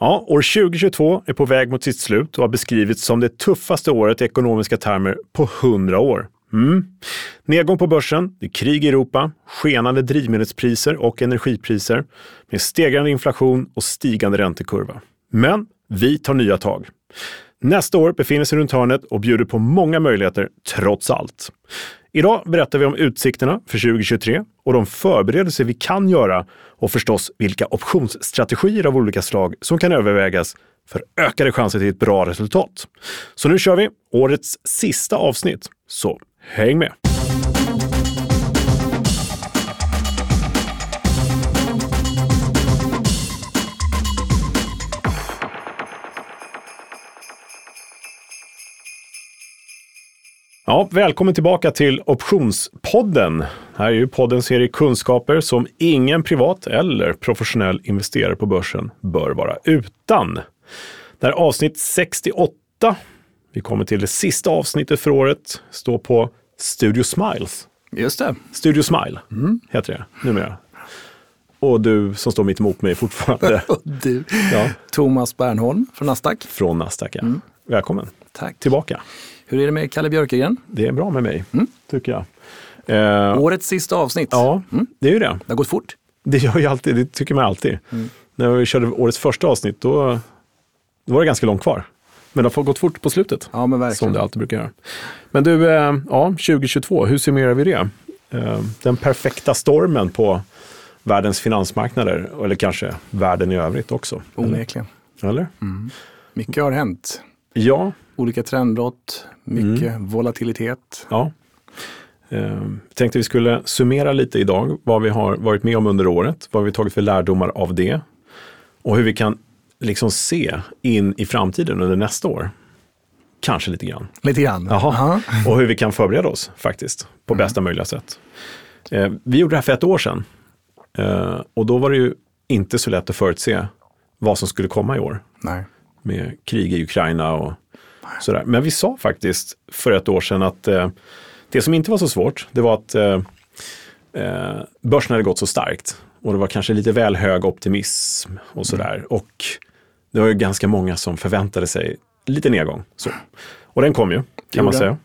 Ja, år 2022 är på väg mot sitt slut och har beskrivits som det tuffaste året i ekonomiska termer på 100 år. Nedgång på börsen, det är krig i Europa, skenande drivmedelspriser och energipriser med stegrande inflation och stigande räntekurva. Men vi tar nya tag. Nästa år befinner sig runt hörnet och bjuder på många möjligheter trots allt. Idag berättar vi om utsikterna för 2023 och de förberedelser vi kan göra och förstås vilka optionsstrategier av olika slag som kan övervägas för ökade chanser till ett bra resultat. Så nu kör vi årets sista avsnitt, så häng med! Ja, välkommen tillbaka till Optionspodden. Här är ju poddens serie kunskaper som ingen privat eller professionell investerare på börsen bör vara utan. Det här avsnitt 68, vi kommer till det sista avsnittet för året, står på Studio Smiles. Just det. Studio Smile heter det numera. Och du som står mitt emot mig fortfarande. Du. Ja. Thomas Bernholm från Nasdaq. Från Nasdaq, ja. Välkommen. Tack. Tillbaka. Hur är det med Kalle Björkegren? Det är bra med mig, tycker jag. Årets sista avsnitt. Ja, det är ju det. Det har gått fort. Det gör ju alltid, det tycker man alltid. När vi körde årets första avsnitt, då var det ganska långt kvar. Men det har gått fort på slutet. Ja, men verkligen. Som det alltid brukar göra. Men du, 2022, hur summerar vi det? Den perfekta stormen på världens finansmarknader, eller kanske världen i övrigt också. Onekligen. Eller? Mycket har hänt. Ja. Olika trendbrott, mycket volatilitet. Ja. Tänkte vi skulle summera lite idag vad vi har varit med om under året, vad vi tagit för lärdomar av det och hur vi kan liksom se in i framtiden under nästa år. Kanske lite grann. Lite grann. Jaha. Och hur vi kan förbereda oss faktiskt på bästa möjliga sätt. Vi gjorde det här för 1 år sedan och då var det ju inte så lätt att förutse vad som skulle komma i år. Nej. Med krig i Ukraina och sådär. Men vi sa faktiskt för 1 år sedan att det som inte var så svårt, det var att börsen hade gått så starkt. Och det var kanske lite väl hög optimism och sådär. Och det var ju ganska många som förväntade sig lite nedgång. Så. Och den kom ju, kan man säga.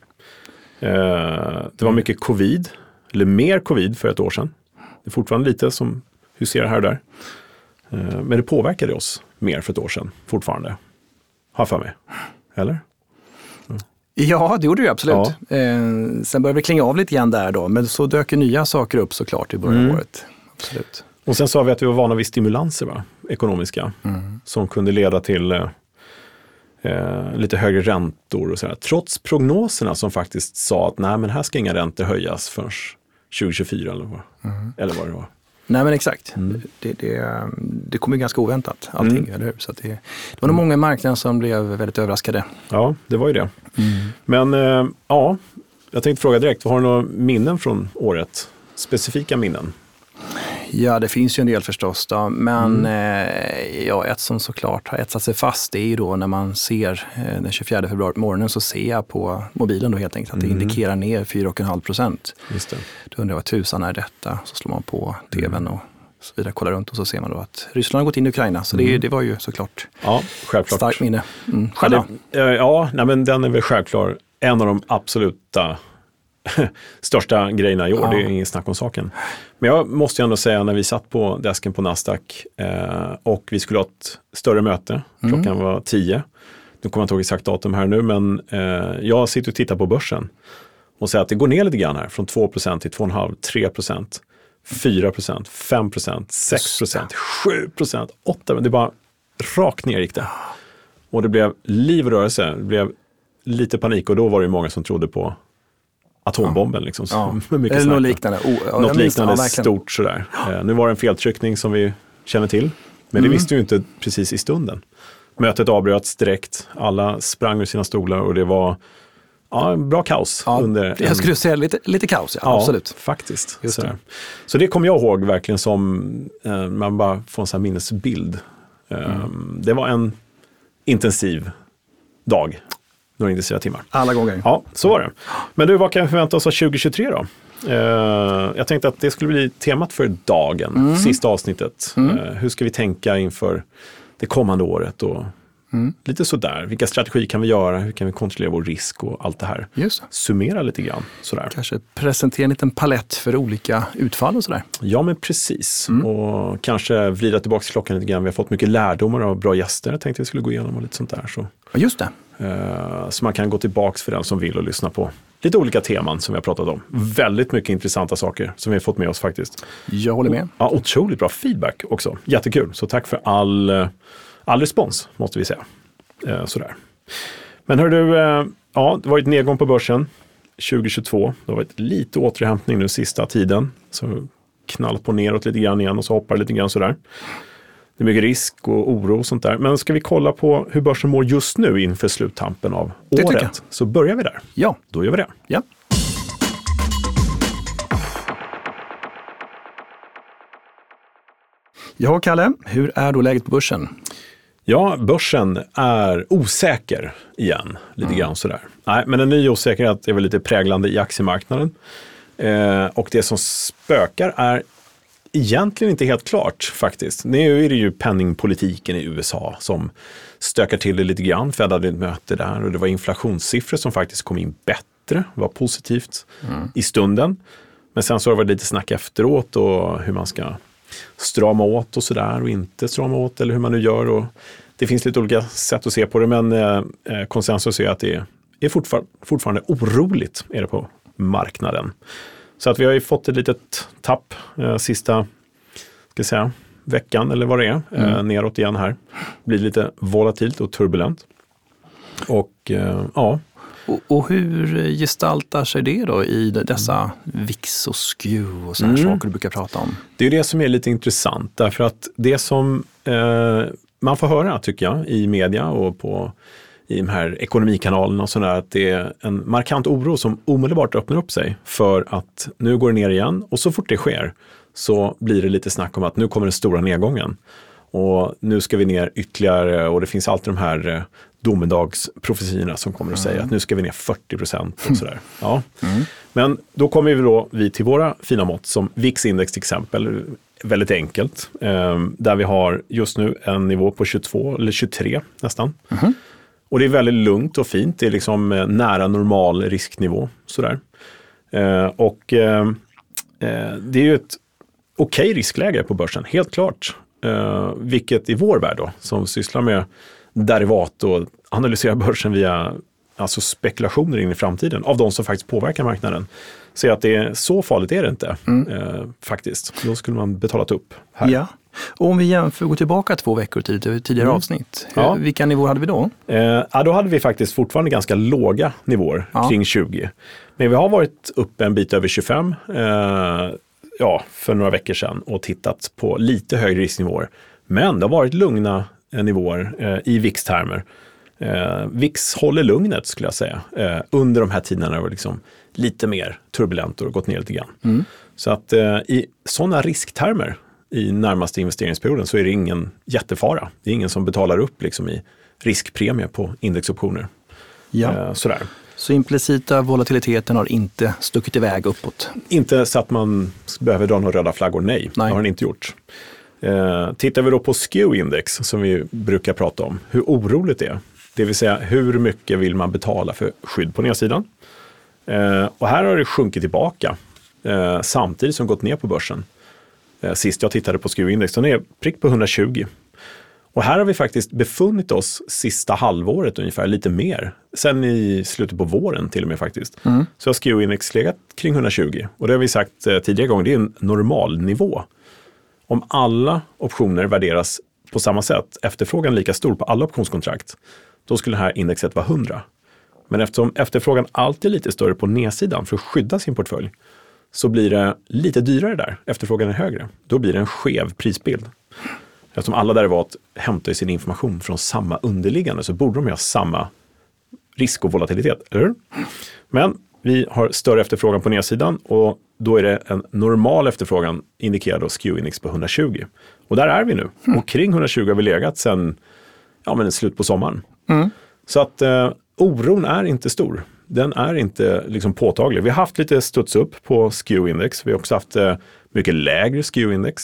Det var mycket covid, eller mer covid för 1 år sedan. Det är fortfarande lite som huserar här och där. Men det påverkade oss mer för 1 år sedan, fortfarande. Har för mig. Eller? Ja, det gjorde det absolut. Ja. Sen började vi klinga av lite grann där då. Men så dök nya saker upp såklart i början av året. Absolut. Och sen sa vi att vi var vana vid stimulanser, ekonomiska. Som kunde leda till lite högre räntor och sådär. Trots prognoserna som faktiskt sa att nej, men här ska inga räntor höjas förrän 2024 eller vad det var. Nej, men exakt. Det kom ju ganska oväntat allting, eller hur? Så att det var nog många i marknaden som blev väldigt överraskade. Ja, det var ju det. Men jag tänkte fråga direkt, har du några minnen från året? Specifika minnen? Ja, det finns ju en del förstås då. Men ett som såklart har etsat sig fast, det är ju då när man ser den 24 februari på morgonen, så ser jag på mobilen då helt enkelt att det indikerar ner 4,5%. Just det. Då undrar jag vad tusan är detta? Så slår man på tvn och så vidare, kollar runt och så ser man då att Ryssland har gått in i Ukraina. Så det var ju såklart självklart. Starkt minne. Men den är väl självklar en av de absoluta största grejerna i år, det är ingen snack om saken. Men jag måste ju ändå säga, när vi satt på desken på Nasdaq och vi skulle ha ett större möte, klockan var 10. Nu kommer jag inte ihåg exakt datum här nu, men jag sitter och tittar på börsen och säger att det går ner lite grann här, från 2% till 2,5%, 3%, 4%, 5%, 6%, 7%, 8%. Det bara rakt ner gick det. Och det blev livrörelse, det blev lite panik och då var det många som trodde på atombomben liksom. Eller något liknande. Något liknande stort sådär. Nu var det en feltryckning som vi känner till. Men det visste ju inte precis i stunden. Mötet avbröts direkt. Alla sprang ur sina stolar och det var en bra kaos. Jag skulle säga lite kaos, absolut. Faktiskt. Så det kommer jag ihåg verkligen som man bara får en sån här minnesbild. Det var en intensiv dag. Några intensiva timmar. Alla gånger. Ja, så var det. Men du, vad kan vi förvänta oss av 2023 då? Jag tänkte att det skulle bli temat för dagen, sista avsnittet. Hur ska vi tänka inför det kommande året och lite sådär. Vilka strategier kan vi göra? Hur kan vi kontrollera vår risk och allt det här? Just det. Summera lite grann. Sådär. Kanske presentera en liten palett för olika utfall och sådär. Ja, men precis. Och kanske vrida tillbaka klockan lite grann. Vi har fått mycket lärdomar av bra gäster. Jag tänkte vi skulle gå igenom och lite sånt där. Så. Just det. Så man kan gå tillbaka för den som vill och lyssna på lite olika teman som vi har pratat om. Väldigt mycket intressanta saker som vi har fått med oss faktiskt. Jag håller med. Ja, otroligt bra feedback också. Jättekul. Så tack för all respons, måste vi säga. Sådär. Men hör du, ja, det var ett nedgång på börsen 2022. Det har varit lite återhämtning nu sista tiden. Så knallat på neråt lite grann igen och så hoppar lite grann sådär. Det är mycket risk och oro och sånt där. Men ska vi kolla på hur börsen mår just nu inför sluttampen av året? Så börjar vi där. Ja. Då gör vi det. Ja. Ja, Kalle, hur är då läget på börsen? Ja, börsen är osäker igen. Lite grann sådär. Nej, men en ny osäkerhet är väl lite präglande i aktiemarknaden. Och det som spökar är egentligen inte helt klart faktiskt. Nu är det ju penningpolitiken i USA som stökar till det lite grann. Fed hade ett möte där och det var inflationssiffror som faktiskt kom in bättre. Det var positivt i stunden. Men sen så har det varit lite snack efteråt och hur man ska strama åt och sådär och inte strama åt eller hur man nu gör. Och det finns lite olika sätt att se på det, men konsensus är att det är fortfarande oroligt är det på marknaden. Så att vi har ju fått ett litet tapp sista veckan eller vad det är, neråt igen här. Det blir lite volatilt och turbulent. Och ja. Och hur gestaltar sig det då i dessa VIX och SKEW och sådana saker du brukar prata om? Det är det som är lite intressant, därför att det som man får höra tycker jag i media och i de här ekonomikanalerna och sådär, att det är en markant oro som omedelbart öppnar upp sig för att nu går det ner igen och så fort det sker så blir det lite snack om att nu kommer den stora nedgången och nu ska vi ner ytterligare och det finns alltid de här domedagsprofetiorna som kommer att säga att nu ska vi ner 40% och sådär. Ja. Men då kommer vi till våra fina mått som VIX-index till exempel, väldigt enkelt, där vi har just nu en nivå på 22 eller 23 nästan. Och det är väldigt lugnt och fint. Det är liksom nära normal risknivå. Sådär. Och det är ju ett okej riskläge på börsen, helt klart. Vilket i vår värld då, som sysslar med derivat och analyserar börsen via alltså spekulationer in i framtiden av de som faktiskt påverkar marknaden. Så att det är så farligt är det inte faktiskt. Då skulle man betalat upp här. Ja. Och om vi går tillbaka 2 veckor tidigare avsnitt, vilka nivåer hade vi då? Då hade vi faktiskt fortfarande ganska låga nivåer, kring 20. Men vi har varit uppe en bit över 25 för några veckor sedan och tittat på lite högre risknivåer. Men det har varit lugna nivåer i VIX-termer. VIX håller lugnet skulle jag säga. Under de här tiderna var det liksom lite mer turbulent och gått ner lite grann. Så att i sådana risktermer i närmaste investeringsperioden så är det ingen jättefara. Det är ingen som betalar upp liksom i riskpremie på indexoptioner. Ja. Sådär. Så implicita volatiliteten har inte stuckit iväg uppåt? Inte så att man behöver dra några röda flaggor, nej. Det har den inte gjort. Tittar vi då på SKEW-index som vi brukar prata om, hur oroligt det är. Det vill säga hur mycket vill man betala för skydd på nedsidan. Och här har det sjunkit tillbaka samtidigt som gått ner på börsen. Sist jag tittade på SKEW-index, den är prick på 120. Och här har vi faktiskt befunnit oss sista halvåret ungefär, lite mer. Sen i slutet på våren till och med faktiskt. Så har SKEW-index legat kring 120. Och det har vi sagt tidigare gånger, det är en normal nivå. Om alla optioner värderas på samma sätt, efterfrågan är lika stor på alla optionskontrakt, då skulle det här indexet vara 100. Men eftersom efterfrågan alltid är lite större på nedsidan för att skydda sin portfölj, så blir det lite dyrare där, efterfrågan är högre. Då blir det en skev prisbild. Eftersom alla derivat hämtar sin information från samma underliggande så borde de ha samma risk och volatilitet, eller? Men vi har större efterfrågan på nedsidan och då är det en normal efterfrågan indikerad av SKEW-index på 120. Och där är vi nu. Och kring 120 har vi legat sedan slut på sommaren. Så att oron är inte stor. Den är inte liksom påtaglig. Vi har haft lite studs upp på SKEW-index. Vi har också haft mycket lägre SKEW-index.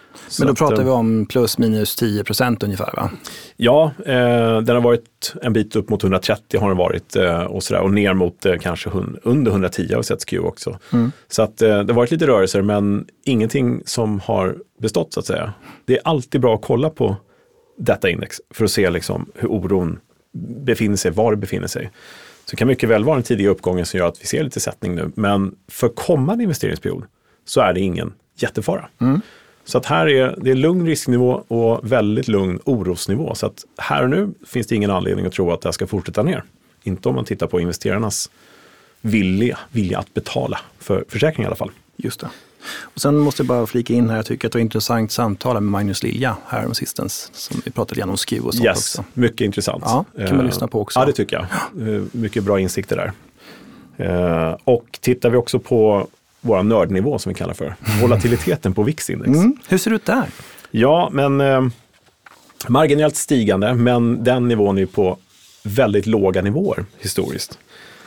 Men då pratar vi om plus minus 10% ungefär, va? Ja, den har varit en bit upp mot 130 har den varit och sådär, och ner mot kanske under 110 har sett SKEW också. Så att det har varit lite rörelser, men ingenting som har bestått så att säga. Det är alltid bra att kolla på detta index för att se liksom hur oron befinner sig, var det befinner sig. Så det kan mycket väl vara en tidig uppgång som gör att vi ser lite sättning nu, men för kommande investeringsperiod så är det ingen jättefara. Så att här är det lugn risknivå och väldigt lugn orosnivå. Så att här och nu finns det ingen anledning att tro att det här ska fortsätta ner. Inte om man tittar på investerarnas vilja att betala för försäkring i alla fall. Just det. Och sen måste jag bara flika in här, jag tycker att det var intressant samtal med Magnus Lilja här om sistens, som vi pratade igen om SKEW och sånt också. Mycket intressant. Ja, kan man lyssna på också. Ja, det tycker jag. Mycket bra insikter där. Och tittar vi också på våra nördnivå som vi kallar för, volatiliteten på VIX-index. Hur ser det ut där? Ja, men marginellt stigande, men den nivån är på väldigt låga nivåer historiskt.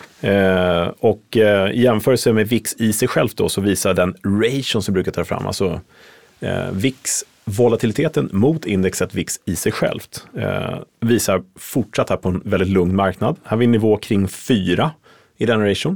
Och i jämförelse med VIX i sig själv då, så visar den ration som brukar ta fram, alltså VIX, volatiliteten mot indexet VIX i sig självt, visar fortsatt här på en väldigt lugn marknad. Här har vi en nivå kring 4 i den ration.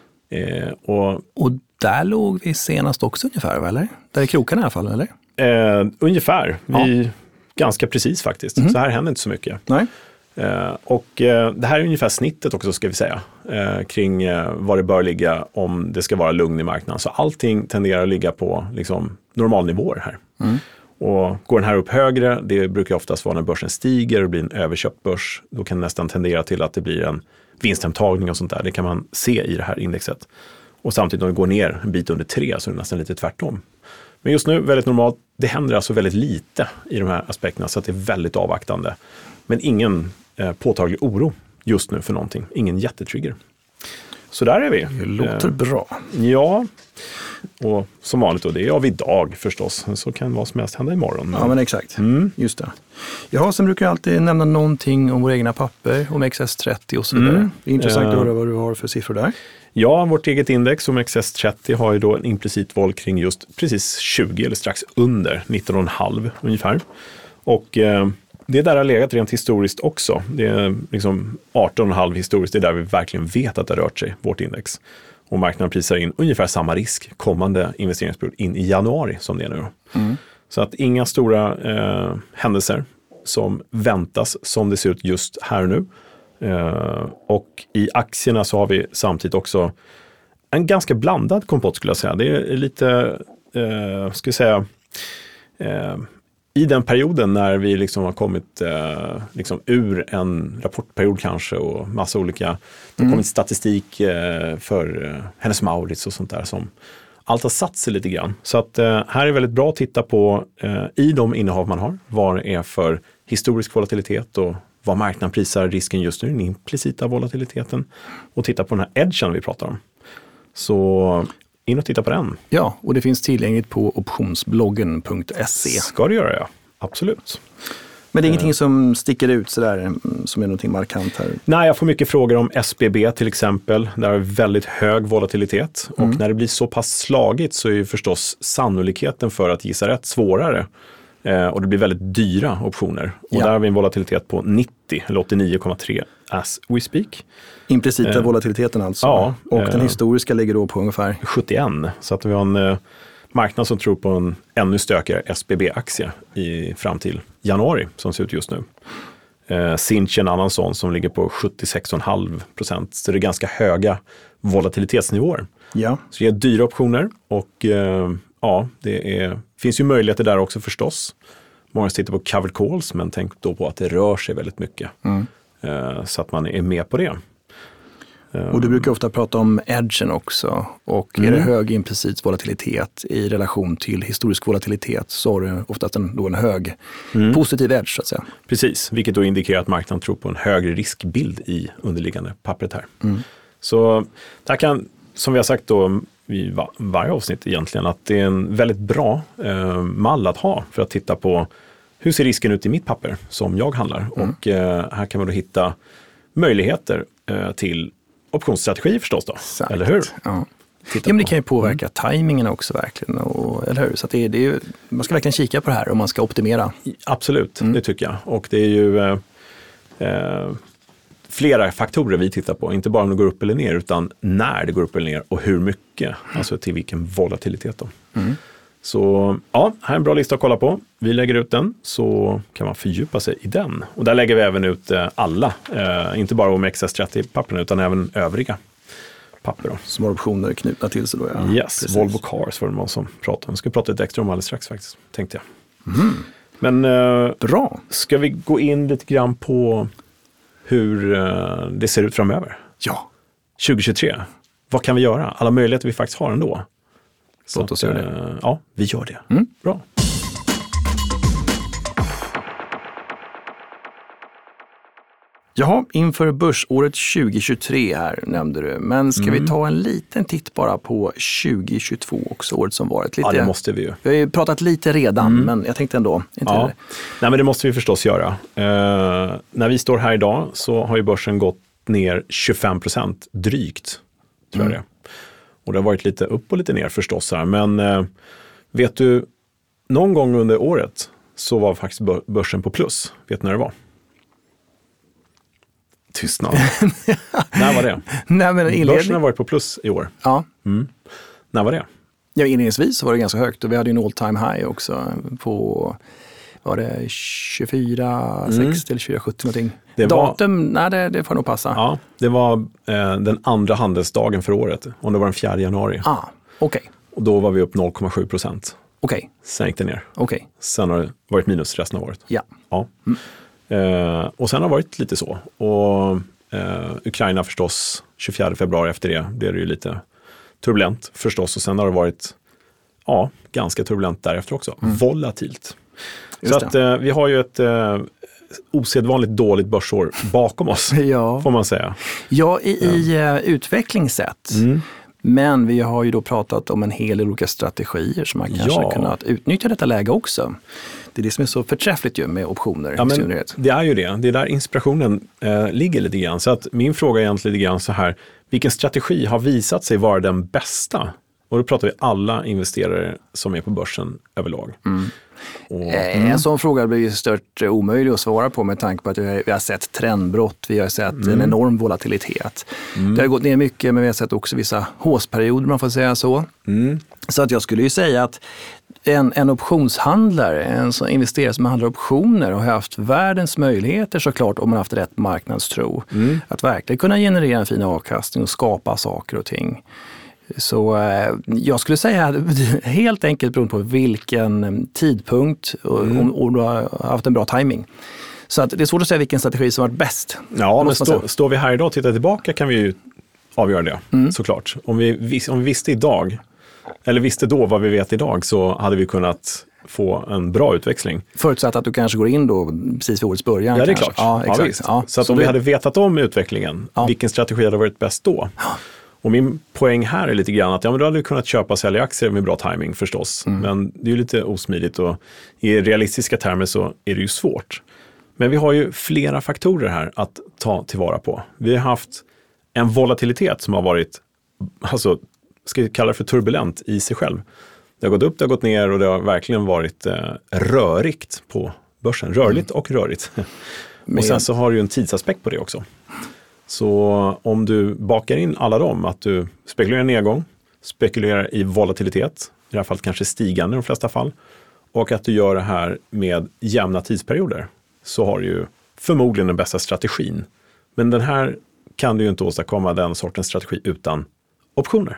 Och där låg vi senast också ungefär, eller? Där är krokarna i alla fall, eller? Ungefär. Ganska precis faktiskt. Så här händer inte så mycket. Nej. Och det här är ungefär snittet också, ska vi säga, kring var det bör ligga om det ska vara lugn i marknaden. Så allting tenderar att ligga på liksom normalnivåer här. Och går den här upp högre, det brukar oftast vara när börsen stiger och blir en överköpt börs. Då kan det nästan tendera till att det blir en vinsthemtagning och sånt där. Det kan man se i det här indexet. Och samtidigt när det går ner en bit under 3 så är det nästan lite tvärtom. Men just nu väldigt normalt. Det händer alltså väldigt lite i de här aspekterna, så att det är väldigt avvaktande. Men ingen påtaglig oro just nu för någonting. Ingen jättetrigger. Så där är vi. Det låter bra. Ja, och som vanligt då, det är av idag förstås. Så kan vad som helst hända imorgon. Ja, men exakt. Just det. Ja, sen brukar jag alltid nämna någonting om våra egna papper, om XS30 och så vidare. Det är intressant att höra vad du har för siffror där. Ja, vårt eget index om XS30 har ju då en implicit vol kring just precis 20 eller strax under 19,5 ungefär. Och det är där det har legat rent historiskt också. Det är liksom 18,5 historiskt, det är där vi verkligen vet att det har rört sig, vårt index. Och marknaden prisar in ungefär samma risk kommande investeringsperiod in i januari som det är nu. Så att inga stora händelser som väntas som det ser ut just här och nu. Och i aktierna så har vi samtidigt också en ganska blandad kompott, skulle jag säga. Det är lite, ska jag säga, i den perioden när vi liksom har kommit liksom ur en rapportperiod kanske och massa olika, det har kommit statistik för Hennes Mauritz och sånt där som allt har satt sig lite grann. Så att här är väldigt bra att titta på i de innehav man har, vad det är för historisk volatilitet och vad marknaden prisar risken just nu, den implicita volatiliteten, och titta på den här edgen vi pratar om. Så in och titta på den. Ja, och det finns tillgängligt på optionsbloggen.se. Ska det göra, ja. Absolut. Men det är ingenting som sticker ut sådär, som är någonting markant här? Nej, jag får mycket frågor om SBB till exempel. Där är väldigt hög volatilitet. Och när det blir så pass slagigt så är ju förstås sannolikheten för att gissa rätt svårare. Och det blir väldigt dyra optioner. Och där har vi en volatilitet på 90 eller 89,3 as we speak. Implicita volatiliteten alltså. Ja. Och den historiska ligger då på ungefär 71. Så att vi har en marknad som tror på en ännu stökigare SBB-aktie fram till januari som ser ut just nu. Sinch en annan sån som ligger på 76,5%. Så det är ganska höga volatilitetsnivåer. Ja. Så det är dyra optioner och ja, finns ju möjligheter där också förstås. Många tittar på covered calls, men tänk då på att det rör sig väldigt mycket. Så att man är med på det. Och du brukar ofta prata om edgen också. Och är det hög implicit volatilitet i relation till historisk volatilitet så har du oftast en hög positiv edge så att säga. Precis, vilket då indikerar att marknaden tror på en högre riskbild i underliggande pappret här. Så det här kan, som vi har sagt då i varje avsnitt egentligen, att det är en väldigt bra mall att ha för att titta på hur ser risken ut i mitt papper som jag handlar. Och här kan man då hitta möjligheter till optionsstrategi förstås då, Exakt. eller hur? Ja. Ja, men det kan ju påverka tajmingen också verkligen, eller hur? Så att det är ju, man ska verkligen kika på det här om man ska optimera. Absolut, det tycker jag. Och det är ju flera faktorer vi tittar på. Inte bara om det går upp eller ner, utan när det går upp eller ner och hur mycket. Alltså till vilken volatilitet då. Så ja, här är en bra lista att kolla på. Vi lägger ut den så kan man fördjupa sig i den. Och där lägger vi även ut alla, inte bara OMXS30-papperna utan även övriga papper då. Som har optioner knutna till sig då, ja. Yes, precis. Volvo Cars var det någon som pratade om. Vi ska prata lite extra om alldeles strax faktiskt, tänkte jag. Men bra. Ska vi gå in lite grann på hur det ser ut framöver? Ja. 2023, vad kan vi göra? Alla möjligheter vi faktiskt har ändå. Låt oss göra det. Ja, vi gör det. Bra. Jaha, inför börsåret 2023 här nämnde du. Men ska vi ta en liten titt bara på 2022 också, året som varit? Lite, ja, det måste vi ju. Vi har ju pratat lite redan, men jag tänkte ändå. Nej, men det måste vi förstås göra. När vi står här idag så har ju börsen gått ner 25% drygt, tror jag det. Och det har varit lite upp och lite ner förstås här. Men vet du, någon gång under året så var faktiskt börsen på plus. Vet du när det var? Tystnad. När var det? Nej, men börsen har varit på plus i år. Ja. När var det? Ja, inledningsvis så var det ganska högt och vi hade ju en all time high också på, var det 24,60 eller 24,70 någonting. Datum, nej det får nog passa. Ja, det var den andra handelsdagen för året, om det var den 4 januari. Okej. Och då var vi upp 0,7%. Okej. Sen gick det ner. Okej. Sen har det varit minus resten av året. Ja. Och sen har det varit lite så. Och Ukraina förstås, 24 februari efter det blev det ju lite turbulent förstås. Och sen har det varit ganska turbulent därefter också. Volatilt. Så att vi har ju ett osedvanligt dåligt börsår bakom oss, får man säga. Ja, i utvecklingssätt. Men vi har ju då pratat om en hel del olika strategier som man kanske har kunnat utnyttja detta läge också. Det är det som är så förträffligt ju med optioner. Ja, men det är ju det. Det är där inspirationen ligger lite grann. Så att min fråga är egentligen lite grann så här. Vilken strategi har visat sig vara den bästa? Och då pratar vi alla investerare som är på börsen överlag. En sån fråga blir ju stört omöjlig att svara på med tanke på att vi har sett trendbrott, vi har sett en enorm volatilitet. Det har gått ner mycket, men vi har sett också vissa håsperioder, man får säga så. Så att jag skulle ju säga att en optionshandlare, en sån investerare som handlar optioner har haft världens möjligheter såklart om man haft rätt marknadstro. Att verkligen kunna generera en fin avkastning och skapa saker och ting. Så jag skulle säga helt enkelt beroende på vilken tidpunkt och du har haft en bra timing. Så att det är svårt att säga vilken strategi som varit bäst. Ja, men står vi här idag och tittar tillbaka kan vi ju avgöra det, såklart. Om vi visste idag, eller visste då vad vi vet idag, så hade vi kunnat få en bra utväxling. Förutsatt att du kanske går in då precis vid årets början. Ja, det är kanske. klart. Ja, exakt. Ja, så att om vi hade vetat om utvecklingen, vilken strategi hade varit bäst då? Och min poäng här är lite grann att då hade vi kunnat köpa och sälja aktier med bra timing förstås. Men det är ju lite osmidigt och i realistiska termer så är det ju svårt. Men vi har ju flera faktorer här att ta tillvara på. Vi har haft en volatilitet som har varit, alltså, ska vi kalla det för turbulent i sig själv. Det har gått upp, det har gått ner och det har verkligen varit rörigt på börsen. Rörligt och rörigt. Och sen så har du ju en tidsaspekt på det också. Så om du bakar in alla dem, att du spekulerar i nedgång, spekulerar i volatilitet, i det här fallet kanske stigande i de flesta fall, och att du gör det här med jämna tidsperioder, så har du ju förmodligen den bästa strategin. Men den här kan du ju inte åstadkomma den sortens strategi utan optioner.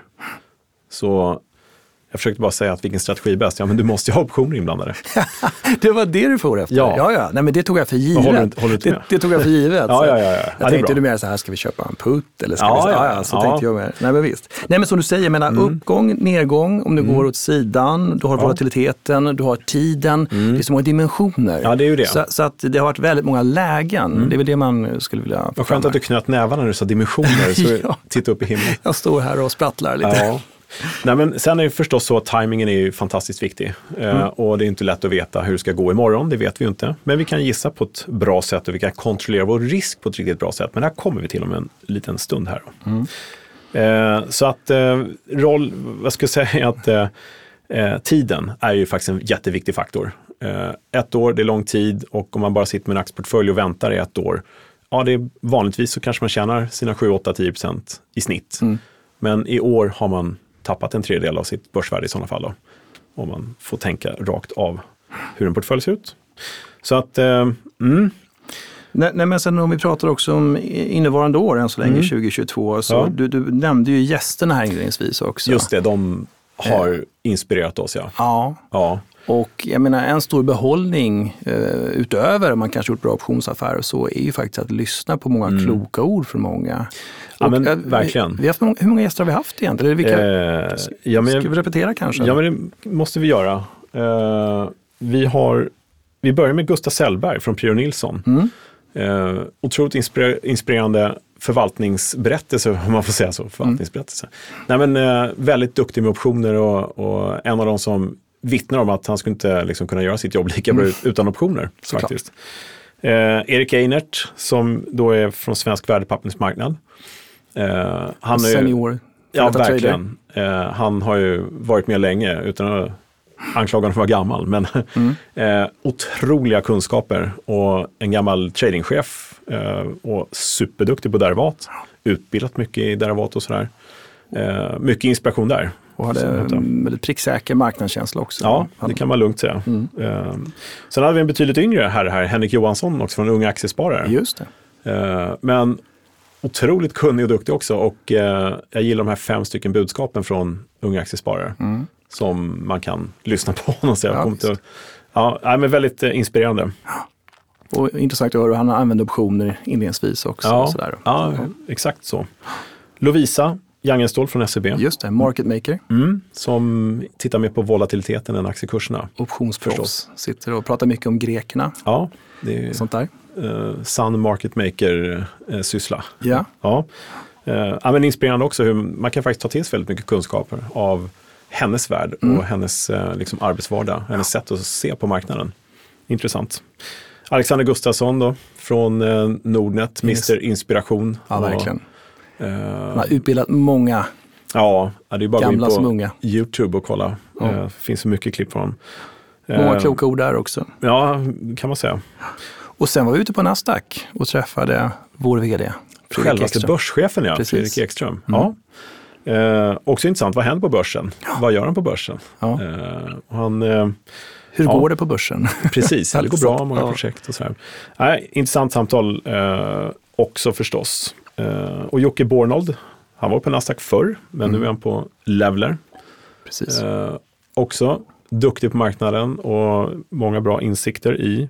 Så jag försökte bara säga att vilken strategi är bäst. Ja, men du måste ju ha optioner inblandade. Det var det du får efter. Ja. Nej, men det tog jag för givet. Håller du med? Det tog jag för givet. Ja. Jag tänkte du mer så här, ska vi köpa en putt? Eller ska så tänkte jag mer. Nej, men visst. Nej, men som du säger, jag menar, uppgång, nedgång, om du går åt sidan, du har volatiliteten, du har tiden. Det är så många dimensioner. Ja, det är ju det. Så att det har varit väldigt många lägen. Det är väl det man skulle vilja... Vad skönt att du knöt nävarna när du sa dimensioner, så titta upp i himlen. Jag står här och sprattlar lite. Ja. Nej, men sen är det förstås så att timingen är ju fantastiskt viktig. Och det är inte lätt att veta hur det ska gå imorgon, det vet vi ju inte. Men vi kan gissa på ett bra sätt och vi kan kontrollera vår risk på ett riktigt bra sätt. Men där kommer vi till om en liten stund här. Så att vad ska jag säga, att tiden är ju faktiskt en jätteviktig faktor. 1 år, det är lång tid, och om man bara sitter med en aktieportfölj och väntar i 1 år, ja, det är vanligtvis så kanske man tjänar sina 7-8-10% i snitt. Men i år har man tappat en tredjedel av sitt börsvärde i sådana fall då. Om man får tänka rakt av hur en portfölj ser ut. Så att, Nej, men sen om vi pratar också om innevarande år än så länge, 2022, så du nämnde ju gästerna här inledningsvis också. Just det, de har inspirerat oss, ja. Och jag menar, en stor behållning utöver om man kanske gjort bra optionsaffärer, så är ju faktiskt att lyssna på många kloka ord från många. Ja, men verkligen. Hur många gäster har vi haft egentligen? Ska vi repetera kanske? Ja, men det måste vi göra. Vi börjar med Gustav Sellberg från Pirjo Nilsson. Otroligt inspirerande förvaltningsberättelse, om man får säga så. Förvaltningsberättelse. Nej, men, väldigt duktig med optioner och en av de som vittnar om att han skulle inte liksom kunna göra sitt jobb lika bra utan optioner. Faktiskt. Erik Einert, som då är från Svensk värdepappersmarknad. Han är senior. Ja, verkligen. Han har ju varit med länge utan att anklaga honom för att vara gammal. Men otroliga kunskaper och en gammal tradingchef och superduktig på derivat. Utbildat mycket i derivat och sådär. Mycket inspiration där. Och hade en väldigt pricksäker marknadskänsla också. Ja, det kan man lugnt säga. Sen hade vi en betydligt yngre här, Henrik Johansson också, från Unga Aktiesparare. Just det. Men otroligt kunnig och duktig också, och jag gillar de här 5 stycken budskapen från Unga Aktiesparare som man kan lyssna på. Men väldigt inspirerande. Och intressant att höra hur han använder optioner inledningsvis också. Ja, och sådär. Exakt så. Lovisa Jangenstål från SEB. Just det, market maker. Som tittar mer på volatiliteten än aktiekurserna. Optionsproffs. Sitter och pratar mycket om grekerna. Ja, det är sånt där. Sann market maker syssla. Ja. Men inspirerande också hur man kan faktiskt ta till sig väldigt mycket kunskaper av hennes värld och hennes liksom arbetsvardag, hennes sätt att se på marknaden. Intressant. Alexander Gustafsson då, från Nordnet, Mr. Inspiration. Ja, verkligen. Man har utbildat många. Ja, det är bara gamla att gå in på unga. YouTube och kolla. Det finns så mycket klipp från dem. Många kloka ord där också. Ja, kan man säga. Och sen var vi ute på Nasdaq och träffade vår vd. Självaste börschefen, Fredrik Ekström. Också intressant, vad händer på börsen? Vad gör han på börsen? Hur går det på börsen? Precis, det går bra, många projekt och sådär. Intressant samtal också förstås. Och Jocke Bornold, han var på Nasdaq förr, men nu är han på Leveler. Precis. Också duktig på marknaden och många bra insikter i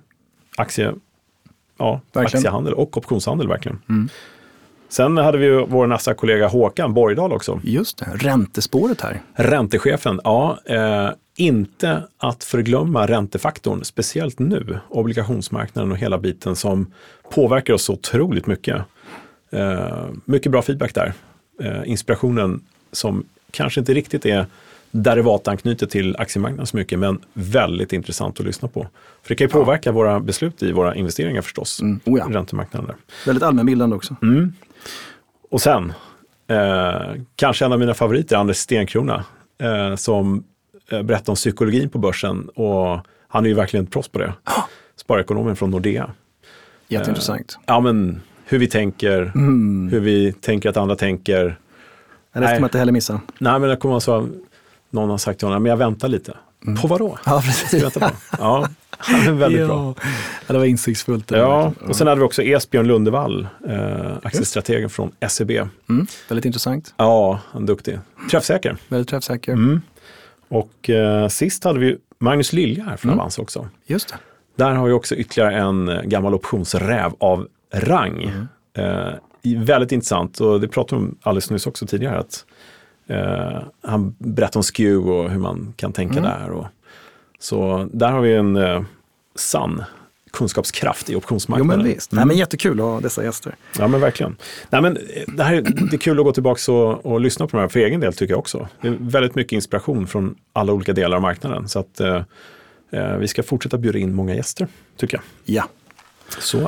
aktiehandel och optionshandel verkligen. Sen hade vi vår Nasdaq-kollega Håkan Borgdahl också. Just det, räntespåret här. Räntechefen, inte att förglömma räntefaktorn, speciellt nu. Obligationsmarknaden och hela biten som påverkar oss så otroligt mycket. Mycket bra feedback där. Inspirationen som kanske inte riktigt är derivatanknutet till aktiemarknaden så mycket, men väldigt intressant att lyssna på. För det kan ju påverka våra beslut i våra investeringar förstås. Räntemarknaden där. Väldigt allmänbildande också. Och sen, kanske en av mina favoriter, Anders Stenkrona, som berättar om psykologin på börsen, och han är ju verkligen ett proffs på det. Sparekonomen från Nordea. Jätteintressant. Men hur vi tänker, hur vi tänker att andra tänker. Det ska man inte heller missa. Nej, men det kommer så någon har sagt till honom, men jag väntar lite. På vad då? Ja, precis. Ja, han är väldigt bra. Ja, det var insiktsfullt. Och sen hade vi också Esbjörn Lundevall, aktiestrategen från SEB. Väldigt intressant. Ja, han är duktig. Träffsäker. Väldigt träffsäker. Och sist hade vi Magnus Lilja här från Avanza också. Just det. Där har vi också ytterligare en gammal optionsräv av rang. Väldigt intressant, och det pratade vi om alldeles nyss också tidigare, att han berättar om skew och hur man kan tänka där. Och, så där har vi en sann kunskapskraft i optionsmarknaden. Jo, men visst. Nej, men jättekul att ha dessa gäster. Ja, men verkligen. Nej, men det är kul att gå tillbaka och lyssna på de här för egen del, tycker jag också. Det är väldigt mycket inspiration från alla olika delar av marknaden. Så att vi ska fortsätta bjuda in många gäster, tycker jag. Ja. Så är det.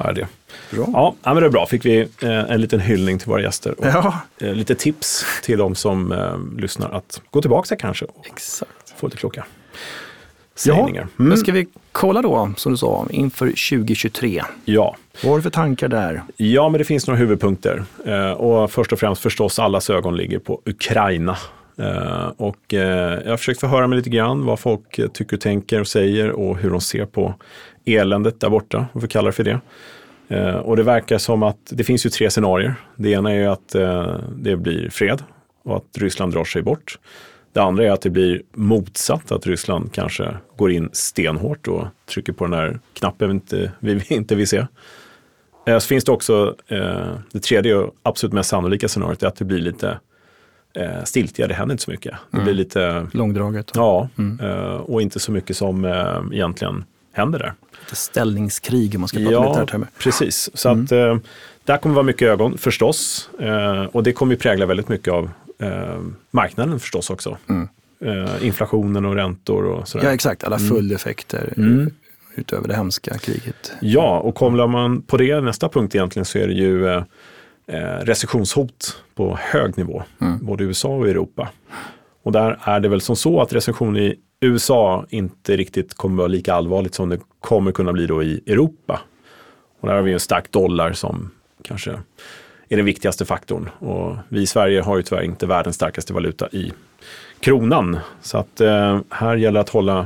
Ja, men det är bra. Fick vi en liten hyllning till våra gäster och lite tips till de som lyssnar att gå tillbaka kanske och få lite kloka sägningar. Men ska vi kolla då, som du sa, inför 2023? Ja. Vad har du för tankar där? Ja, men det finns några huvudpunkter. Och först och främst förstås allas ögon ligger på Ukraina. Och jag har försökt förhöra mig lite grann vad folk tycker och tänker och säger och hur de ser på eländet där borta, om vi kallar det för det. Och det verkar som att det finns ju 3 scenarier. Det ena är ju att det blir fred och att Ryssland drar sig bort. Det andra är att det blir motsatt, att Ryssland kanske går in stenhårt och trycker på den här knappen vi inte vill se. Så finns det också det tredje och absolut mest sannolika scenariot är att det blir lite stiltiga, det händer inte så mycket. Det blir lite långdraget. Ja, och inte så mycket som egentligen händer där. Lite ställningskrig om man ska prata lite här termer. Precis. Så att där kommer vara mycket ögon förstås. Och det kommer ju prägla väldigt mycket av marknaden förstås också. Inflationen och räntor och sådär. Ja, exakt. Alla följdeffekter utöver det hemska kriget. Ja, och kommer man på det nästa punkt egentligen så är det ju recessionshot på hög nivå. Både i USA och Europa. Och där är det väl som så att recession i USA inte riktigt kommer vara lika allvarligt som det kommer kunna bli då i Europa. Och där har vi en stark dollar som kanske är den viktigaste faktorn. Och vi i Sverige har ju tyvärr inte världens starkaste valuta i kronan. Så att här gäller att hålla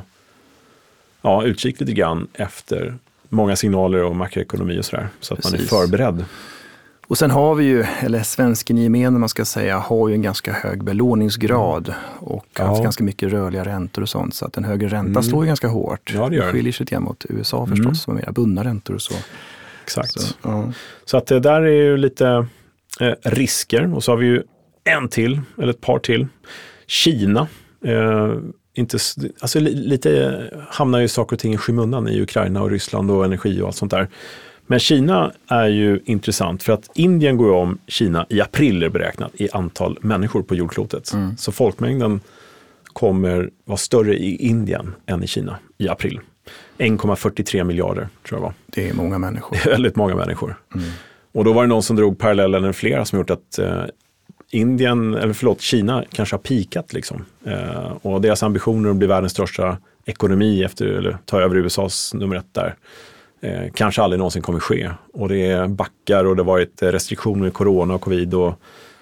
utkik lite grann efter många signaler och makroekonomi och sådär. Så att man är förberedd. Och sen har vi ju, eller svensken i gemen man ska säga, har ju en ganska hög belåningsgrad och haft ganska mycket rörliga räntor och sånt. Så att en högre ränta slår ju ganska hårt. Ja, det gör det. Skiljer sig lite mot USA förstås, som är mer bundna räntor och så. Exakt. Så att det där är ju lite risker. Och så har vi ju en till, eller ett par till. Kina. Lite hamnar ju saker och ting i skymundan i Ukraina och Ryssland och energi och allt sånt där. Men Kina är ju intressant för att Indien går om Kina i april beräknat i antal människor på jordklotet. Så folkmängden kommer vara större i Indien än i Kina i april. 1,43 miljarder tror jag var. Det är många människor. Det är väldigt många människor. Och då var det någon som drog parallellen eller flera som gjort att Kina kanske har pikat liksom. Och deras ambitioner att bli världens största ekonomi eller ta över USAs nummer 1 där. Kanske aldrig någonsin kommer ske. Och det är backar och det har varit restriktioner i corona och covid. Och,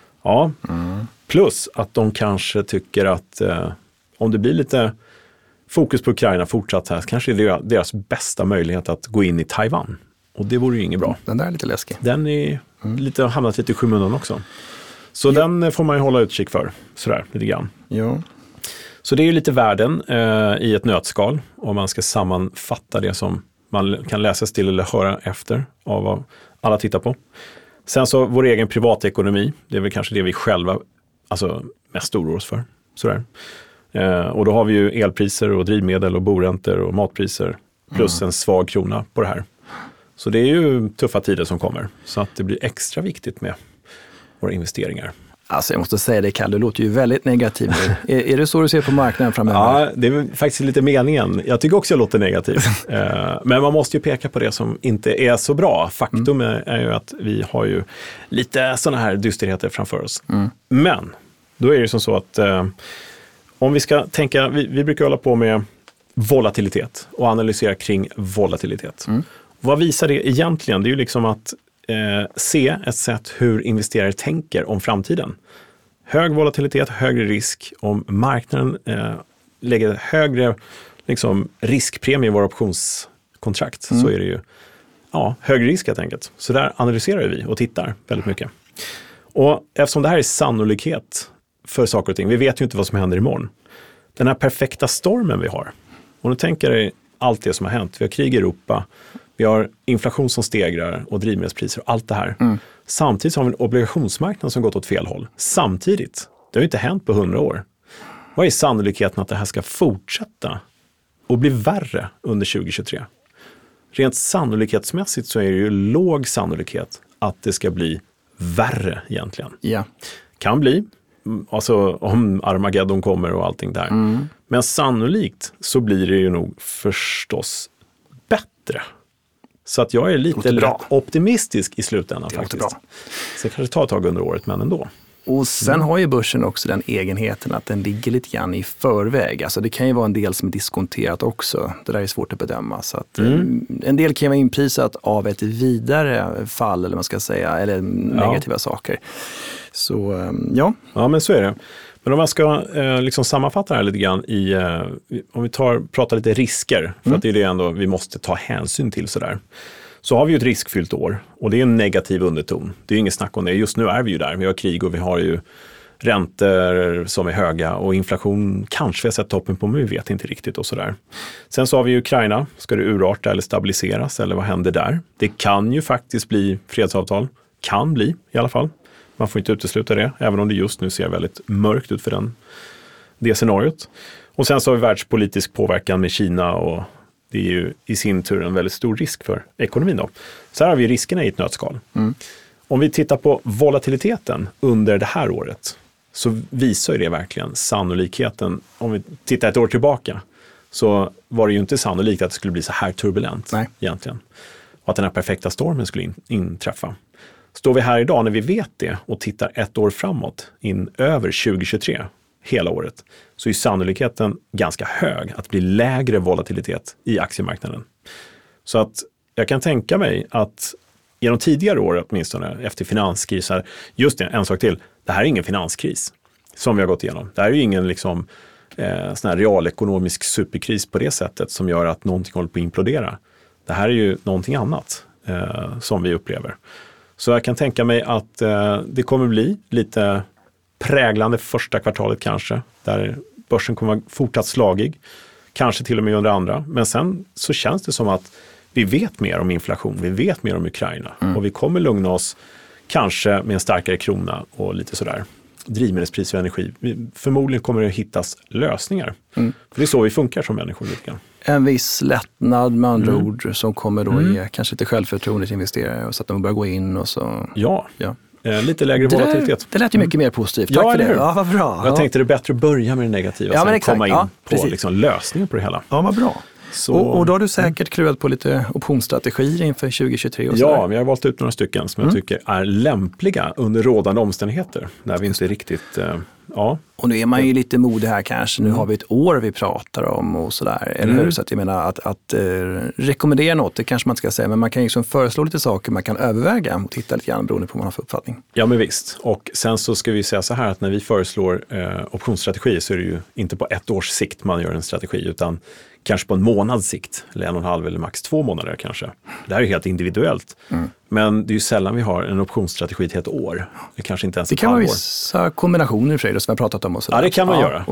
plus att de kanske tycker att om det blir lite fokus på Ukraina fortsatt här, kanske är det deras bästa möjlighet att gå in i Taiwan. Och det vore ju inget bra. Den där är lite läskig. Den är hamnat lite i skymundan också. Så den får man ju hålla utkik för. Sådär, lite grann. Ja. Så det är ju lite världen i ett nötskal. Om man ska sammanfatta det som man kan läsa till eller höra efter av vad alla tittar på. Sen så vår egen privatekonomi, det är väl kanske det vi själva mest oroar oss för. Sådär. Och då har vi ju elpriser och drivmedel och boräntor och matpriser plus en svag krona på det här. Så det är ju tuffa tider som kommer. Så att det blir extra viktigt med våra investeringar. Alltså jag måste säga det, Kalle, det låter ju väldigt negativt. Är det så du ser på marknaden framöver? Ja, det är faktiskt lite meningen. Jag tycker också jag låter negativ. Men man måste ju peka på det som inte är så bra. Faktum är ju att vi har ju lite sådana här dysterheter framför oss. Men då är det som så att om vi ska tänka, vi brukar hålla på med volatilitet och analysera kring volatilitet. Vad visar det egentligen? Det är ju liksom att se ett sätt hur investerare tänker om framtiden. Hög volatilitet, högre risk. Om marknaden lägger högre riskpremie i våra optionskontrakt så är det ju högre risk helt enkelt. Så där analyserar vi och tittar väldigt mycket. Och eftersom det här är sannolikhet för saker och ting, vi vet ju inte vad som händer imorgon. Den här perfekta stormen vi har. Och nu tänker dig allt det som har hänt. Vi har krig i Europa. Vi har inflation som stegrar och drivmedelspriser och allt det här. Samtidigt har vi en obligationsmarknad som gått åt fel håll. Samtidigt, det har ju inte hänt på 100 år. Vad är sannolikheten att det här ska fortsätta och bli värre under 2023? Rent sannolikhetsmässigt så är det ju låg sannolikhet att det ska bli värre egentligen. Ja. Kan bli, alltså om Armageddon kommer och allting där. Men sannolikt så blir det ju nog förstås bättre. Så att jag är lite optimistisk i slutändan faktiskt. Bra. Så det kanske tar ett tag under året, men ändå. Och sen har ju börsen också den egenheten att den ligger lite grann i förväg. Alltså det kan ju vara en del som är diskonterat också. Det där är svårt att bedöma. Så att en del kan ju vara inprisat av ett vidare fall, eller vad man ska säga, eller negativa saker. Så ja. Ja, men så är det. Men om man ska liksom sammanfatta det här lite grann om vi pratar lite risker, för att det är det ändå vi måste ta hänsyn till sådär. Så har vi ju ett riskfyllt år och det är en negativ underton. Det är ju inget snack om det. Just nu är vi ju där. Vi har krig och vi har ju räntor som är höga och inflation kanske vi har sett toppen på, men vi vet inte riktigt och sådär. Sen så har vi ju Ukraina. Ska det urarta eller stabiliseras eller vad händer där? Det kan ju faktiskt bli fredsavtal. Kan bli i alla fall. Man får inte utesluta det, även om det just nu ser väldigt mörkt ut för det scenariot. Och sen så har vi världspolitisk påverkan med Kina och det är ju i sin tur en väldigt stor risk för ekonomin då. Så här har vi riskerna i ett nötskal. Om vi tittar på volatiliteten under det här året så visar det verkligen sannolikheten. Om vi tittar ett år tillbaka så var det ju inte sannolikt att det skulle bli så här turbulent egentligen. Och att den här perfekta stormen skulle inträffa. Står vi här idag när vi vet det och tittar ett år framåt in över 2023 hela året, så är sannolikheten ganska hög att bli lägre volatilitet i aktiemarknaden. Så att jag kan tänka mig att genom tidigare år åtminstone efter finanskriser, just det, en sak till, det här är ingen finanskris som vi har gått igenom. Det här är ju ingen sån här realekonomisk superkris på det sättet som gör att någonting håller på att implodera. Det här är ju någonting annat som vi upplever. Så jag kan tänka mig att det kommer bli lite präglande första kvartalet kanske, där börsen kommer vara fortsatt slagig, kanske till och med under andra. Men sen så känns det som att vi vet mer om inflation, vi vet mer om Ukraina och vi kommer lugna oss kanske med en starkare krona och lite sådär. Drivmedelspriser och energi. Förmodligen kommer det att hittas lösningar. För det är så vi funkar som människor lite grann. En viss lättnad med andra ord som kommer då ge kanske lite självförtroende till investerare så att de börjar gå in och så. Ja. Lite lägre volatilitet. Det lät ju mycket mer positivt. Tack för det. Ja, vad bra. Jag tänkte det är bättre att börja med det negativa och sen komma in på liksom lösningen på det hela. Ja, vad bra. Så, och då har du säkert kluvat på lite optionsstrategier inför 2023 och ja, vi har valt ut några stycken som jag tycker är lämpliga under rådande omständigheter. När vi inte riktigt, Och nu är man ju lite modig här kanske. Nu har vi ett år vi pratar om och sådär. Eller hur? Så att jag menar att rekommendera något, det kanske man inte ska säga. Men man kan ju liksom föreslå lite saker man kan överväga och titta lite grann beroende på vad man har för uppfattning. Ja, men visst. Och sen så ska vi säga så här att när vi föreslår optionsstrategi så är det ju inte på ett års sikt man gör en strategi utan kanske på en månads sikt, eller 1,5 eller max 2 månader kanske. Det här är helt individuellt. Men det är ju sällan vi har en optionsstrategi till ett år. Det kanske inte ens ett halvår. Det kan vara vissa kombinationer för det som vi har pratat om. Och ja, det kan man göra.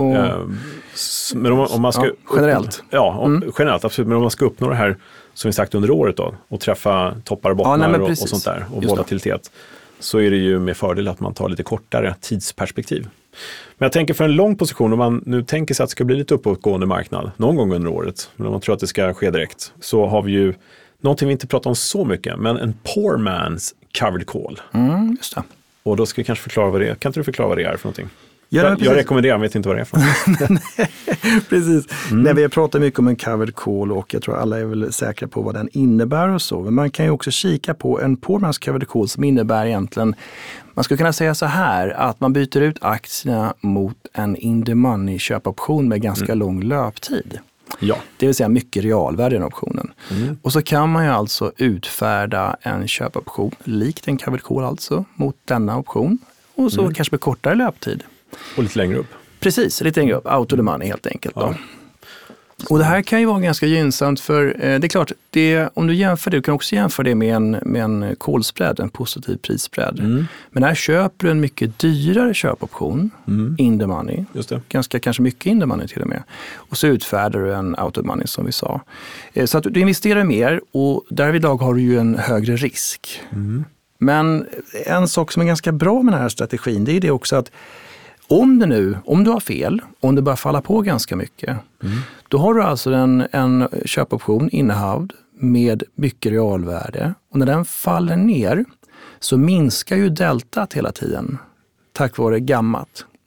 Men om man ska generellt. Generellt, absolut. Men om man ska uppnå det här som vi sagt under året då, och träffa toppar och bottnar och sånt där, och volatilitet, så är det ju med fördel att man tar lite kortare tidsperspektiv. Men jag tänker för en lång position, om man nu tänker sig att det ska bli lite uppåtgående marknad någon gång under året, men om man tror att det ska ske direkt, så har vi ju någonting vi inte pratar om så mycket, men en poor man's covered call. Just det. Och då ska vi kanske förklara vad det är. Kan inte du förklara vad det är för någonting? Jag rekommenderar, jag vet inte vad det är för. Precis. Nej, vi har pratat mycket om en covered call och jag tror alla är väl säkra på vad den innebär och så. Men man kan ju också kika på en poor man's covered call som innebär egentligen, man skulle kunna säga så här, att man byter ut aktierna mot en in the money köpoption med ganska lång löptid. Ja. Det vill säga mycket realvärde i den optionen. Och så kan man ju alltså utfärda en köpoption, likt en covered call alltså, mot denna option. Och så kanske med kortare löptid. Och lite längre upp. Precis, lite längre upp. Out of the money helt enkelt. Då. Och det här kan ju vara ganska gynnsamt för, det är klart, om du jämför det, du kan också jämföra det med en call spread, en positiv prisspread. Men här köper du en mycket dyrare köpoption, in the money. Just det. Ganska kanske mycket in the money till och med. Och så utfärdar du en out of money som vi sa. Så att du investerar mer och därvidlag har du ju en högre risk. Men en sak som är ganska bra med den här strategin, det är det också att om du har fel, om det börjar falla på ganska mycket, då har du alltså en köpoption innehavd med mycket realvärde. Och när den faller ner så minskar ju deltat hela tiden tack vare gammat.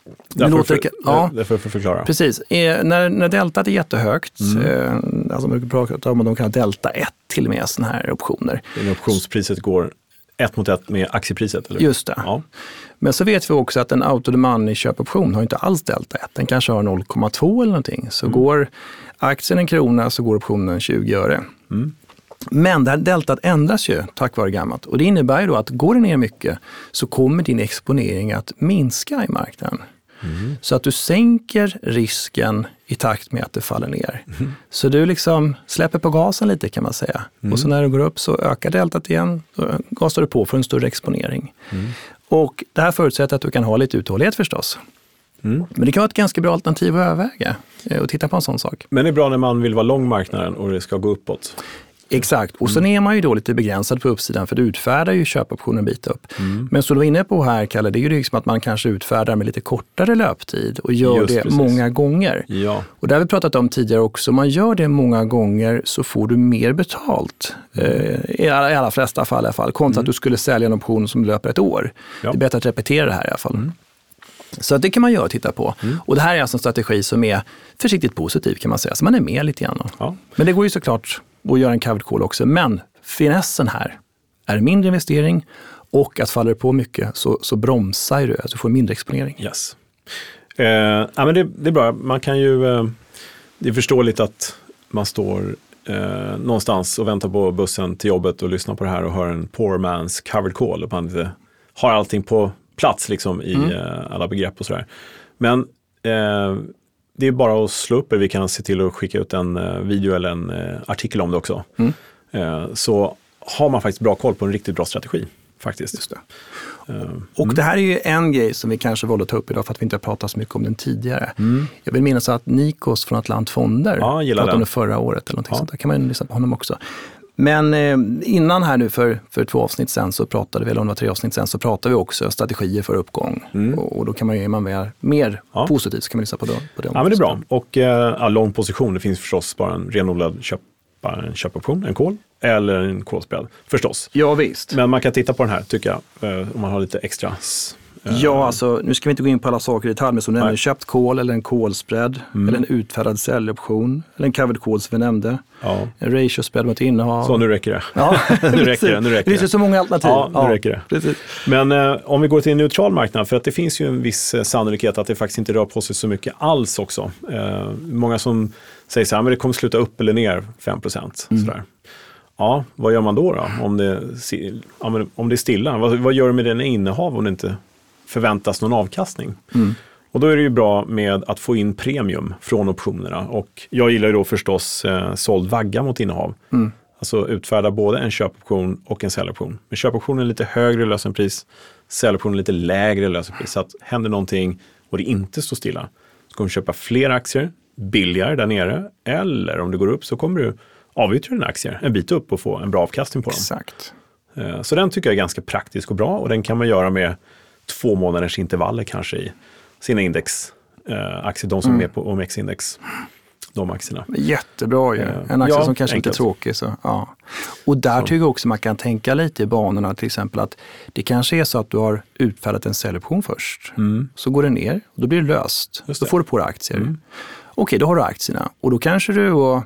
Därför förklara. Precis. När deltat är jättehögt, alltså man pratar om att de kan ha delta 1 till och med sådana här optioner. När optionspriset går 1 mot 1 med aktiepriset? Eller? Just det. Ja. Men så vet vi också att en out of the money köpoption har inte alls delta 1. Den kanske har 0,2 eller någonting. Så går aktien 1 krona så går optionen 20 öre. Men det här deltat ändras ju tack vare gammalt. Och det innebär ju då att går det ner mycket så kommer din exponering att minska i marknaden. Så att du sänker risken i takt med att det faller ner. Så du liksom släpper på gasen lite kan man säga. Och så när det går upp så ökar deltat igen. Då gasar du på för en större exponering. Och det här förutsätter att du kan ha lite uthållighet förstås. Men det kan vara ett ganska bra alternativ att överväga och titta på en sån sak. Men det är bra när man vill vara lång marknaden och det ska gå uppåt. Exakt, och sen är man ju då lite begränsad på uppsidan för du utfärdar ju köpoptionen en bit upp. Men så du var inne på här, Kalle, det är ju liksom att man kanske utfärdar med lite kortare löptid och gör det många gånger. Ja. Och det har vi pratat om tidigare också, om man gör det många gånger så får du mer betalt. I alla flesta fall i alla fall, kontra att du skulle sälja en option som löper 1 år. Ja. Det är bättre att repetera det här i alla fall. Så det kan man göra och titta på. Och det här är alltså en strategi som är försiktigt positiv kan man säga, så man är med lite grann. Ja. Men det går ju såklart att göra en covered call också. Men finessen här är mindre investering och att faller det på mycket så bromsar du, alltså du får mindre exponering. Yes. Men det är bra. Man kan ju, det är förståeligt att man står någonstans och väntar på bussen till jobbet och lyssnar på det här och hör en poor man's covered call och man inte har allting på plats liksom i alla begrepp och sådär. Men det är bara att slå upp det. Vi kan se till att skicka ut en video eller en artikel om det också. Så har man faktiskt bra koll på en riktigt bra strategi faktiskt. Just det. Och det här är ju en grej som vi kanske valde att ta upp idag för att vi inte har pratat så mycket om den tidigare. Jag vill minnas att Nikos från Atlant Fonder pratade om det förra året eller någonting sånt. Där kan man lyssna på honom också. Men innan här nu för 2 avsnitt sen så pratade vi, eller om det var 3 avsnitt sen så pratade vi också strategier för uppgång. Och då kan man ju mer positivt så kan man lyssna på det. Ja, men det är bra. Och lång position, det finns förstås bara en renodlad köpoption, en call eller en call-spread förstås. Ja visst. Men man kan titta på den här tycker jag, om man har lite extra. Ja, alltså nu ska vi inte gå in på alla saker i detalj, men som du nämnde, köpt call eller en call-spread eller en utfärdad säljoption eller en covered call som vi nämnde. Ja. En ratio-spread mot innehav. Så nu räcker det. Ja, nu räcker det. Det finns ju så många alternativ. Ja, nu räcker det. Precis. Men om vi går till en neutral marknad, för att det finns ju en viss sannolikhet att det faktiskt inte rör på sig så mycket alls också. Många som säger så här, men det kommer sluta upp eller ner 5%. Sådär. Ja, vad gör man då? Om det är stilla? Vad gör du med den innehav om det inte förväntas någon avkastning? Och då är det ju bra med att få in premium från optionerna. Och jag gillar ju då förstås såld vagga mot innehav. Alltså utfärda både en köpoption och en säljoption. Men köpoptionen är lite högre lösenpris, säljoptionen är lite lägre lösenpris. Så att händer någonting och det inte står stilla så kommer du köpa fler aktier billigare där nere. Eller om det går upp så kommer du avyttra dina aktier en bit upp och få en bra avkastning på dem. Exakt. Så den tycker jag är ganska praktisk och bra. Och den kan man göra med 2 månaders intervaller kanske i sina indexaktier. De som är med på OMX-index. De aktierna. Jättebra ju. En aktie som kanske inte är tråkig. Så, ja. Och där tycker jag också man kan tänka lite i banorna till exempel att det kanske är så att du har utfärdat en säljoption först. Så går det ner och då blir det löst. Då får du på dig aktier. Okej, då har du aktierna. Och då kanske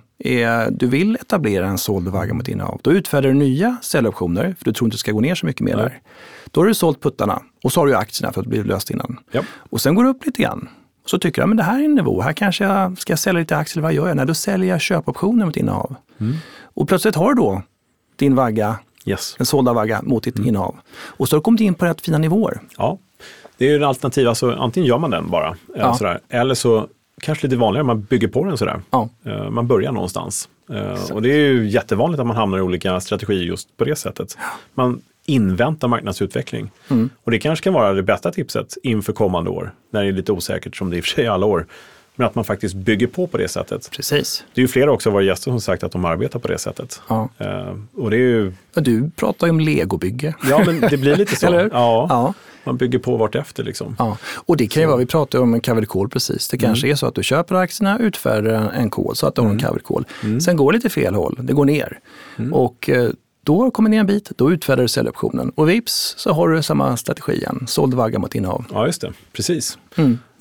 du vill etablera en såld vagga mot innehav. Då utfärdar du nya säljoptioner för du tror inte det ska gå ner så mycket mer där. Då har du sålt puttarna och så har du aktierna för att det blir löst innan. Ja. Och sen går det upp lite grann. Så tycker jag, men det här är en nivå. Här kanske jag ska sälja lite aktier. Vad gör jag? Nej, då säljer jag köpoptioner mot innehav. Och plötsligt har du då din vagga, en sålda vagga mot ditt innehav. Och så har du kommit in på rätt fina nivåer. Ja, det är ju en alternativ. Alltså, antingen gör man den bara. Sådär. Eller så kanske lite vanligare, man bygger på den sådär. Ja. Man börjar någonstans. Och det är ju jättevanligt att man hamnar i olika strategier just på det sättet. Man inväntar marknadsutveckling. Och det kanske kan vara det bästa tipset inför kommande år. När det är lite osäkert som det är i och för sig alla år. Men att man faktiskt bygger på det sättet. Precis. Det är ju flera också av våra gäster som sagt att de arbetar på det sättet. Ja. Och det är ju... Du pratar ju om legobygge. Ja, men det blir lite så. Eller? Ja. Man bygger på vart efter liksom. Ja, och det kan ju vara, vi pratar om en covered call precis. Det kanske är så att du köper aktierna, utfärdar en call så att du har en covered call. Sen går det lite fel håll, det går ner. Och då kommer ner en bit, då utfärdar du säljoptionen. Och vips så har du samma strategi igen, såld vagga mot innehav. Ja, just det. Precis.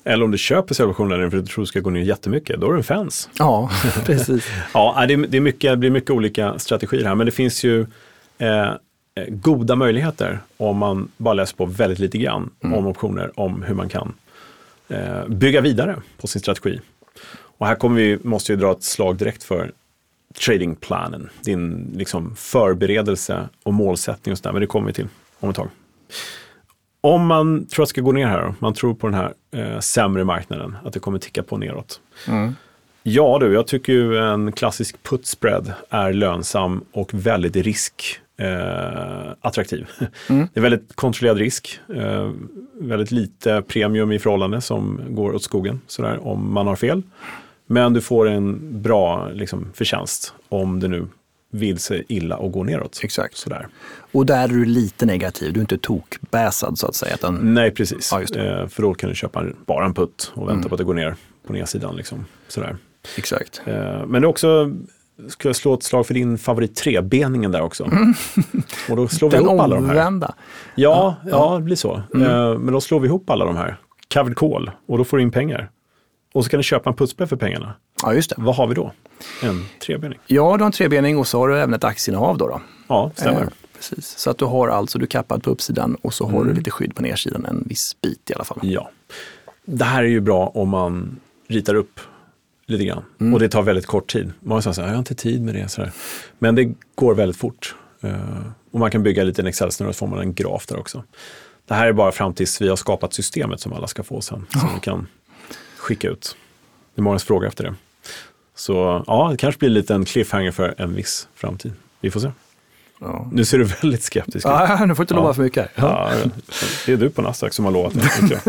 Eller om du köper säljoptionen för att du tror det ska gå ner jättemycket, då är det en fans. Ja, precis. Ja, det blir mycket olika strategier här, men det finns ju goda möjligheter om man bara läser på väldigt lite grann om optioner, om hur man kan bygga vidare på sin strategi. Och här måste vi dra ett slag direkt för tradingplanen, din liksom förberedelse och målsättning och sådär, men det kommer vi till om ett tag. Om man tror att det ska gå ner här, man tror på den här sämre marknaden, att det kommer ticka på neråt. Ja du, jag tycker ju en klassisk put spread är lönsam och väldigt attraktiv. Det är väldigt kontrollerad risk, väldigt lite premium i förhållande som går åt skogen sådär, om man har fel. Men du får en bra liksom, förtjänst om det nu vill sig illa och gå neråt. Exakt. Sådär. Och där är du lite negativ, du är inte tokbäsad så att säga. Nej, precis. Ja, just det. För då kan du köpa bara en putt och vänta på att det går ner på nedsidan. Liksom. Sådär. Exakt. Men det är också, ska jag slå ett slag för din favorit trebeningen där också. Och då slår vi ihop alla de här. omvända. Ja, det blir så. Men då slår vi ihop alla de här. Covered call, och då får du in pengar. Och så kan du köpa en puttspel för pengarna. Ja, just det. Vad har vi då? En trebening. Ja, du har en trebening och så har du även ett aktieinnehav då. Ja, stämmer. Precis. Så att du har alltså, du är kappad på uppsidan och så har du lite skydd på nedsidan, en viss bit i alla fall. Ja. Det här är ju bra om man ritar upp lite grann. Och det tar väldigt kort tid. Man säger så här, jag har inte tid med det. Så här. Men det går väldigt fort. Och man kan bygga lite en Excel-snurra, så får man en graf där också. Det här är bara fram tills vi har skapat systemet som alla ska få sen. Som vi kan skicka ut. Det är många som frågar efter det. Så ja, det kanske blir lite en cliffhanger för en viss framtid. Vi får se. Ja. Nu ser du väldigt skeptisk ut. Ja, nu får inte lova för mycket. Ja, det är du på Nasdaq som har lovat det.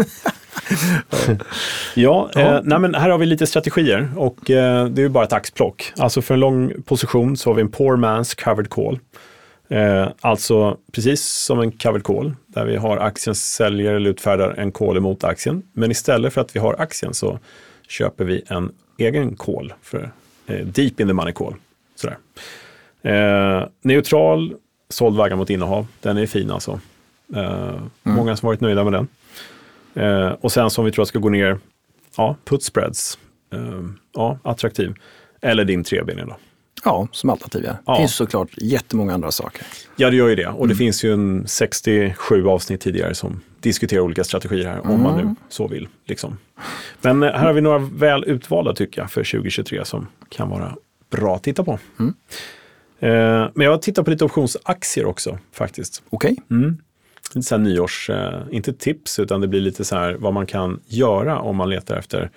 Nej, men här har vi lite strategier och det är ju bara ett axplock. Alltså för en lång position så har vi en poor man's covered call. Alltså precis som en covered call där vi har aktien säljer eller utfärdar en call emot aktien. Men istället för att vi har aktien så köper vi en egen call för deep in the money call. Sådär. Neutral, såld vagga mot innehav. Den är fin alltså. Många som varit nöjda med den. Och sen som vi tror att ska gå ner, put spreads. Attraktiv. Eller din trebening då. Ja, som alternativ. Det finns såklart jättemånga andra saker. Ja, det gör ju det. Och det finns ju en 67 avsnitt tidigare som diskuterar olika strategier här, om man nu så vill. Liksom. Men här har vi några väl utvalda tycker jag för 2023 som kan vara bra att titta på. Men jag tittar på lite optionsaktier också faktiskt. Okej. Lite så här nyårs, inte tips utan det blir lite så här vad man kan göra om man letar efter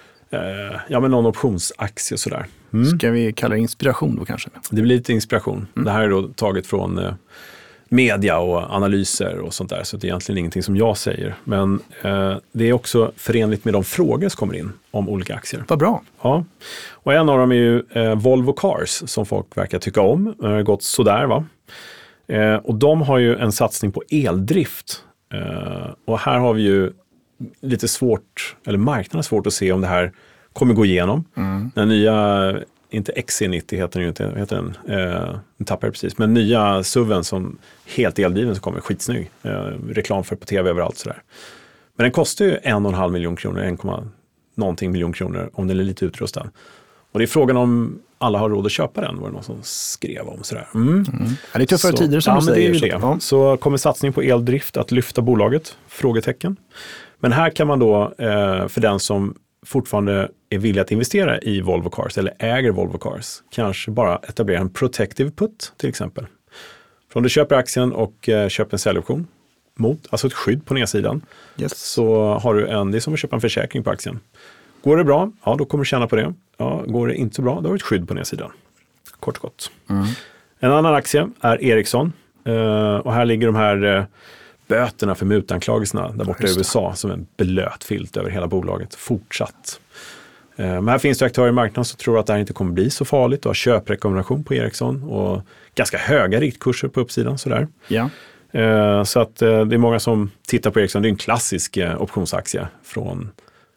men någon optionsaktie sådär. Ska vi kalla det inspiration då kanske? Det blir lite inspiration. Det här är då taget från media och analyser och sånt där. Så det är egentligen ingenting som jag säger. Men det är också förenligt med de frågor som kommer in om olika aktier. Vad bra. Ja. Och en av dem är ju Volvo Cars som folk verkar tycka om. Det har gått sådär va. Och de har ju en satsning på eldrift. Och här har vi ju lite svårt, eller marknaden är svårt att se om det här kommer gå igenom. Den nya, inte XC90 heter den ju inte, heter den? Den tappar precis. Men nya SUVen som helt eldriven som kommer, skitsnygg. Reklam för på tv överallt sådär. Men den kostar ju 1,5 miljon kronor, 1,någonting miljon kronor om den är lite utrustad. Och det är frågan om alla har råd att köpa den, var det någon som skrev om sådär. Ja, det är tuffare tider som du säger. Det är ju det. Så kommer satsning på eldrift att lyfta bolaget? Frågetecken. Men här kan man då, för den som fortfarande är villig att investera i Volvo Cars eller äger Volvo Cars, kanske bara etablera en protective put till exempel. För om du köper aktien och köper en säljoption mot, alltså ett skydd på nedsidan, så har du det är som att köpa en försäkring på aktien. Går det bra, då kommer du tjäna på det. Går det inte så bra, då har du ett skydd på nedsidan. Kort och gott. En annan aktie är Ericsson. Och här ligger de här böterna för mutanklagelserna där borta i USA som en blöt filt över hela bolaget. Fortsatt. Men här finns det aktörer i marknaden som tror att det här inte kommer bli så farligt och har köprekommendation på Ericsson och ganska höga riktkurser på uppsidan. Sådär. Ja. Så att det är många som tittar på Ericsson. Det är en klassisk optionsaktie från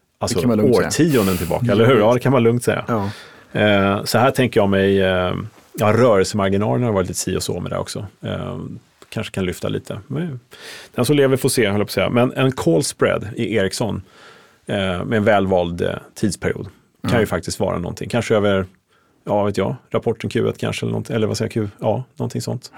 årtionden tillbaka, eller hur? Ja, det kan man lugnt säga. Ja. Så här tänker jag mig, rörelsemarginalen har varit lite si och så med det också. Kanske kan lyfta lite. Den som lever får se, höll jag på att säga. Men en call spread i Ericsson med en välvald tidsperiod. Kan ju faktiskt vara någonting. Kanske över, rapporten Q1 kanske eller vad säger Q? Ja, någonting sånt.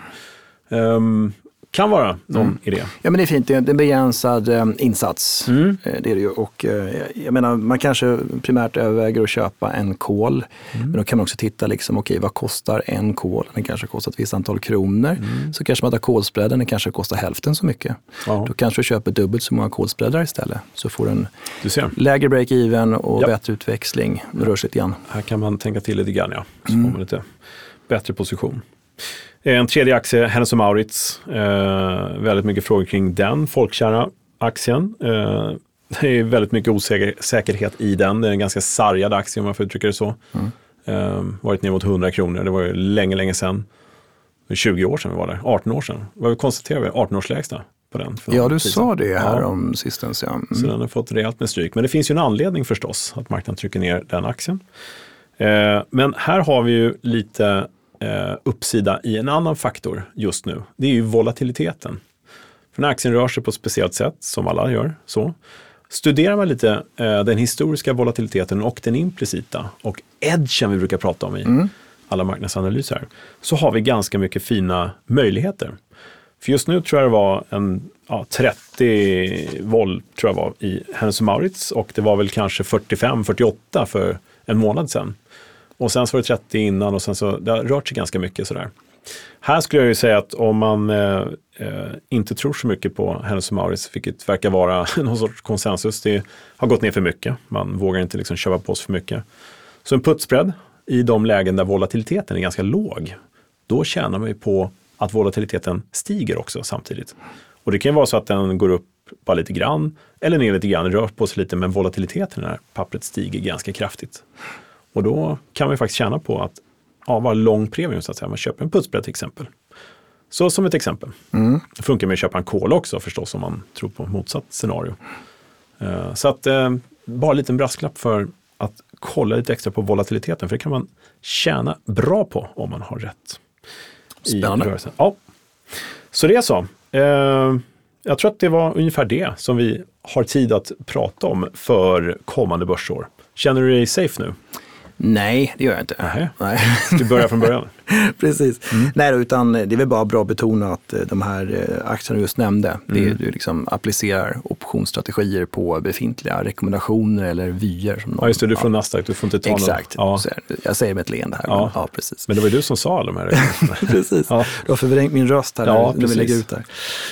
Kan vara någon idé. Ja, men det är fint. Det är en begränsad insats. Det är det ju. Och jag menar, man kanske primärt överväger att köpa en kol. Men då kan man också titta liksom, vad kostar en kol? Den kanske kostar ett visst antal kronor. Så kanske man tar kolspreaden, den kanske kostar hälften så mycket. Ja. Då kanske du köper dubbelt så många kolspreadar istället. Så får du en lägre break-even och bättre utväxling. Det rör sig lite grann. Här kan man tänka till lite grann, så får man lite bättre position. En tredje aktie, Hennes & Mauritz. Väldigt mycket frågor kring den folkkära aktien. Det är väldigt mycket osäkerhet i den. Det är en ganska sargad aktie om man får uttrycka det så. Varit ner mot 100 kronor. Det var ju länge sedan. 20 år sedan vi var där. 18 år sedan. Vad konstaterar vi? 18-årslägsta på den. Ja, du sa det här om sistens. Ja. Så den har fått rejält med stryk. Men det finns ju en anledning förstås att marknaden trycker ner den aktien. Men här har vi ju lite uppsida i en annan faktor just nu. Det är ju volatiliteten. För när aktien rör sig på ett speciellt sätt, som alla gör, så studerar man lite den historiska volatiliteten och den implicita och edgen vi brukar prata om i alla marknadsanalyser, så har vi ganska mycket fina möjligheter. För just nu tror jag det var en 30 volt tror jag var i Hennes & Mauritz, och det var väl kanske 45-48 för en månad sedan. Och sen så var det 30 innan, och sen så det har rört sig ganska mycket sådär. Här skulle jag ju säga att om man inte tror så mycket på Hennes & Mauritz, vilket verkar vara någon sorts konsensus, det har gått ner för mycket. Man vågar inte liksom köpa på sig för mycket. Så en put-spread i de lägen där volatiliteten är ganska låg, då tjänar man ju på att volatiliteten stiger också samtidigt. Och det kan vara så att den går upp bara lite grann eller ner lite grann, rör på sig lite, men volatiliteten när pappret stiger ganska kraftigt. Och då kan man ju faktiskt tjäna på att vara lång premium så att säga. Man köper en put-spread till exempel. Så som ett exempel. Det funkar med att köpa en kol också förstås om man tror på motsatt scenario. Så att bara en liten brasklapp för att kolla lite extra på volatiliteten. För det kan man tjäna bra på om man har rätt. Spännande. Ja. Så det är så. Jag tror att det var ungefär det som vi har tid att prata om för kommande börsår. Känner du dig safe nu? Nej, det gör jag inte. Nej. Ska du börja från början? Precis. Nej, utan det är väl bara bra att betona att de här aktierna du just nämnde, det är du liksom applicerar optionsstrategier på befintliga rekommendationer eller vyer. Som ja, just det, du är från Nasdaq, du får inte ta exakt. Ja. Jag säger med ett leende här. Ja. Men, precis. Men det var ju du som sa de här. Precis. Ja. Du har förvrängt min röst här när vi lägger ut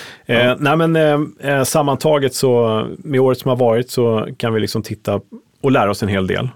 här. Sammantaget så med året som har varit så kan vi liksom titta och lära oss en hel del.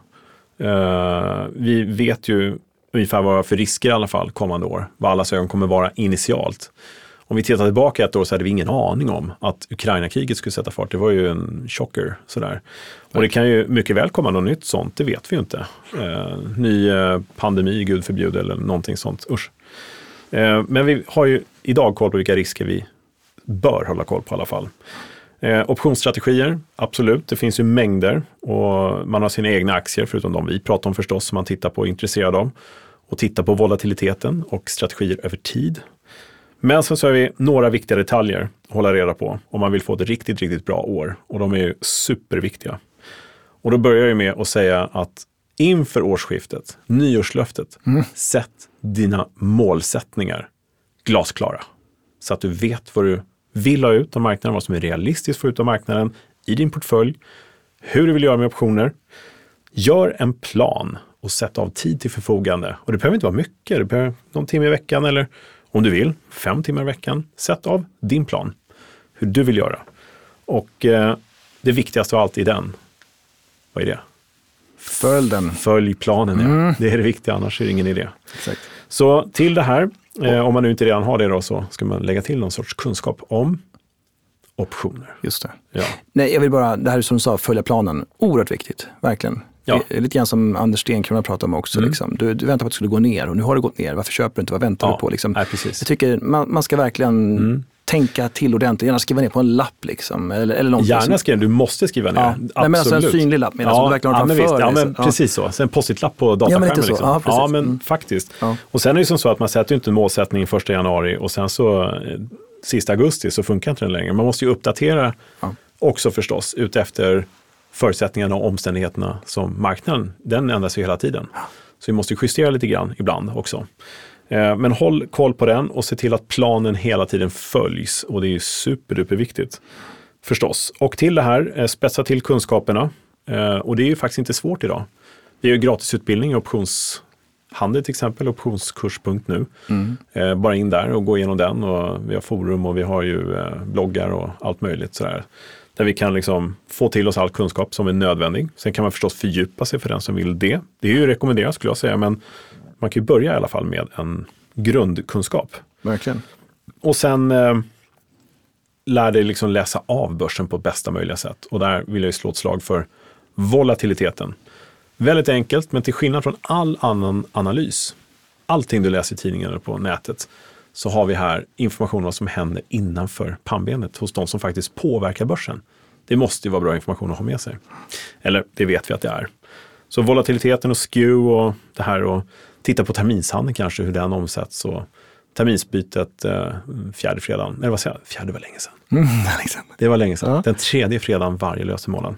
Vi vet ju ungefär vad för risker i alla fall kommande år. Vad allas ögon kommer vara initialt. Om vi tittar tillbaka ett år så hade vi ingen aning om att Ukraina-kriget skulle sätta fart. Det var ju en chocker sådär. Och det kan ju mycket väl komma något nytt sånt, det vet vi ju inte. Ny pandemi, gud förbjude eller någonting sånt. Usch. Men vi har ju idag koll på vilka risker vi bör hålla koll på i alla fall. Optionsstrategier, absolut. Det finns ju mängder och man har sina egna aktier förutom de vi pratar om förstås som man tittar på och är intresserad av. Och tittar på volatiliteten och strategier över tid. Men sen så har vi några viktiga detaljer att hålla reda på om man vill få ett riktigt, riktigt bra år. Och de är ju superviktiga. Och då börjar jag med att säga att inför årsskiftet, nyårslöftet, sätt dina målsättningar glasklara. Så att du vet vad du vill ha ut av marknaden, vad som är realistiskt för ut av marknaden i din portfölj, hur du vill göra med optioner. Gör en plan och sätt av tid till förfogande. Och det behöver inte vara mycket, det behöver någon timme i veckan eller om du vill, 5 timmar i veckan. Sätt av din plan, hur du vill göra. Och det viktigaste av allt i den, vad är det? Följ planen, ja. Det är det viktiga, annars är det ingen idé. Exakt. Så till det här, om man nu inte redan har det då, så ska man lägga till någon sorts kunskap om optioner. Just det. Ja. Nej, jag vill bara, det här som du sa, följa planen. Oerhört viktigt, verkligen. Ja. Det är lite grann som Anders Stenkrona pratade om också. Liksom. Du väntar på att det skulle gå ner och nu har det gått ner. Varför köper du inte? Vad väntar du på? Liksom. Nej, precis. Jag tycker man ska verkligen tänka till ordentligt. Gärna skriva ner på en lapp liksom. Eller någonting. Gärna skriva, du måste skriva ner. Ja. Absolut. Nej, men alltså en synlig lapp. Men alltså, verkligen har framför ja, men precis så. Sen post-it-lapp på dataskärmen. Ja, men liksom. så. Ja, men faktiskt. Ja. Och sen är det som så att man sätter inte en målsättning 1 januari och sen så sista augusti så funkar inte den längre. Man måste ju uppdatera också förstås ut efter förutsättningarna och omständigheterna som marknaden, den ändras ju hela tiden. Så vi måste justera lite grann ibland också. Men håll koll på den och se till att planen hela tiden följs. Och det är superduper viktigt förstås. Och till det här, spetsa till kunskaperna. Och det är ju faktiskt inte svårt idag. Vi har ju gratisutbildning i optionshandel till exempel, optionskurs.nu. Bara in där och gå igenom den. Och vi har forum och vi har ju bloggar och allt möjligt sådär. Där vi kan liksom få till oss all kunskap som är nödvändig. Sen kan man förstås fördjupa sig för den som vill det. Det är ju rekommenderat skulle jag säga, men man kan ju börja i alla fall med en grundkunskap. Verkligen. Och sen lär dig liksom läsa av börsen på bästa möjliga sätt. Och där vill jag ju slå ett slag för volatiliteten. Väldigt enkelt, men till skillnad från all annan analys, allting du läser i tidningen eller på nätet, så har vi här information om vad som händer innanför pannbenet hos de som faktiskt påverkar börsen. Det måste ju vara bra information att ha med sig. Eller det vet vi att det är. Så volatiliteten och skew och det här, och titta på terminshandeln kanske, hur den omsätts, och terminsbytet fjärde fredagen. Eller vad säger jag? Fjärde var länge sedan. Det var länge sedan. Ja. Den tredje fredagen varje lösemånad.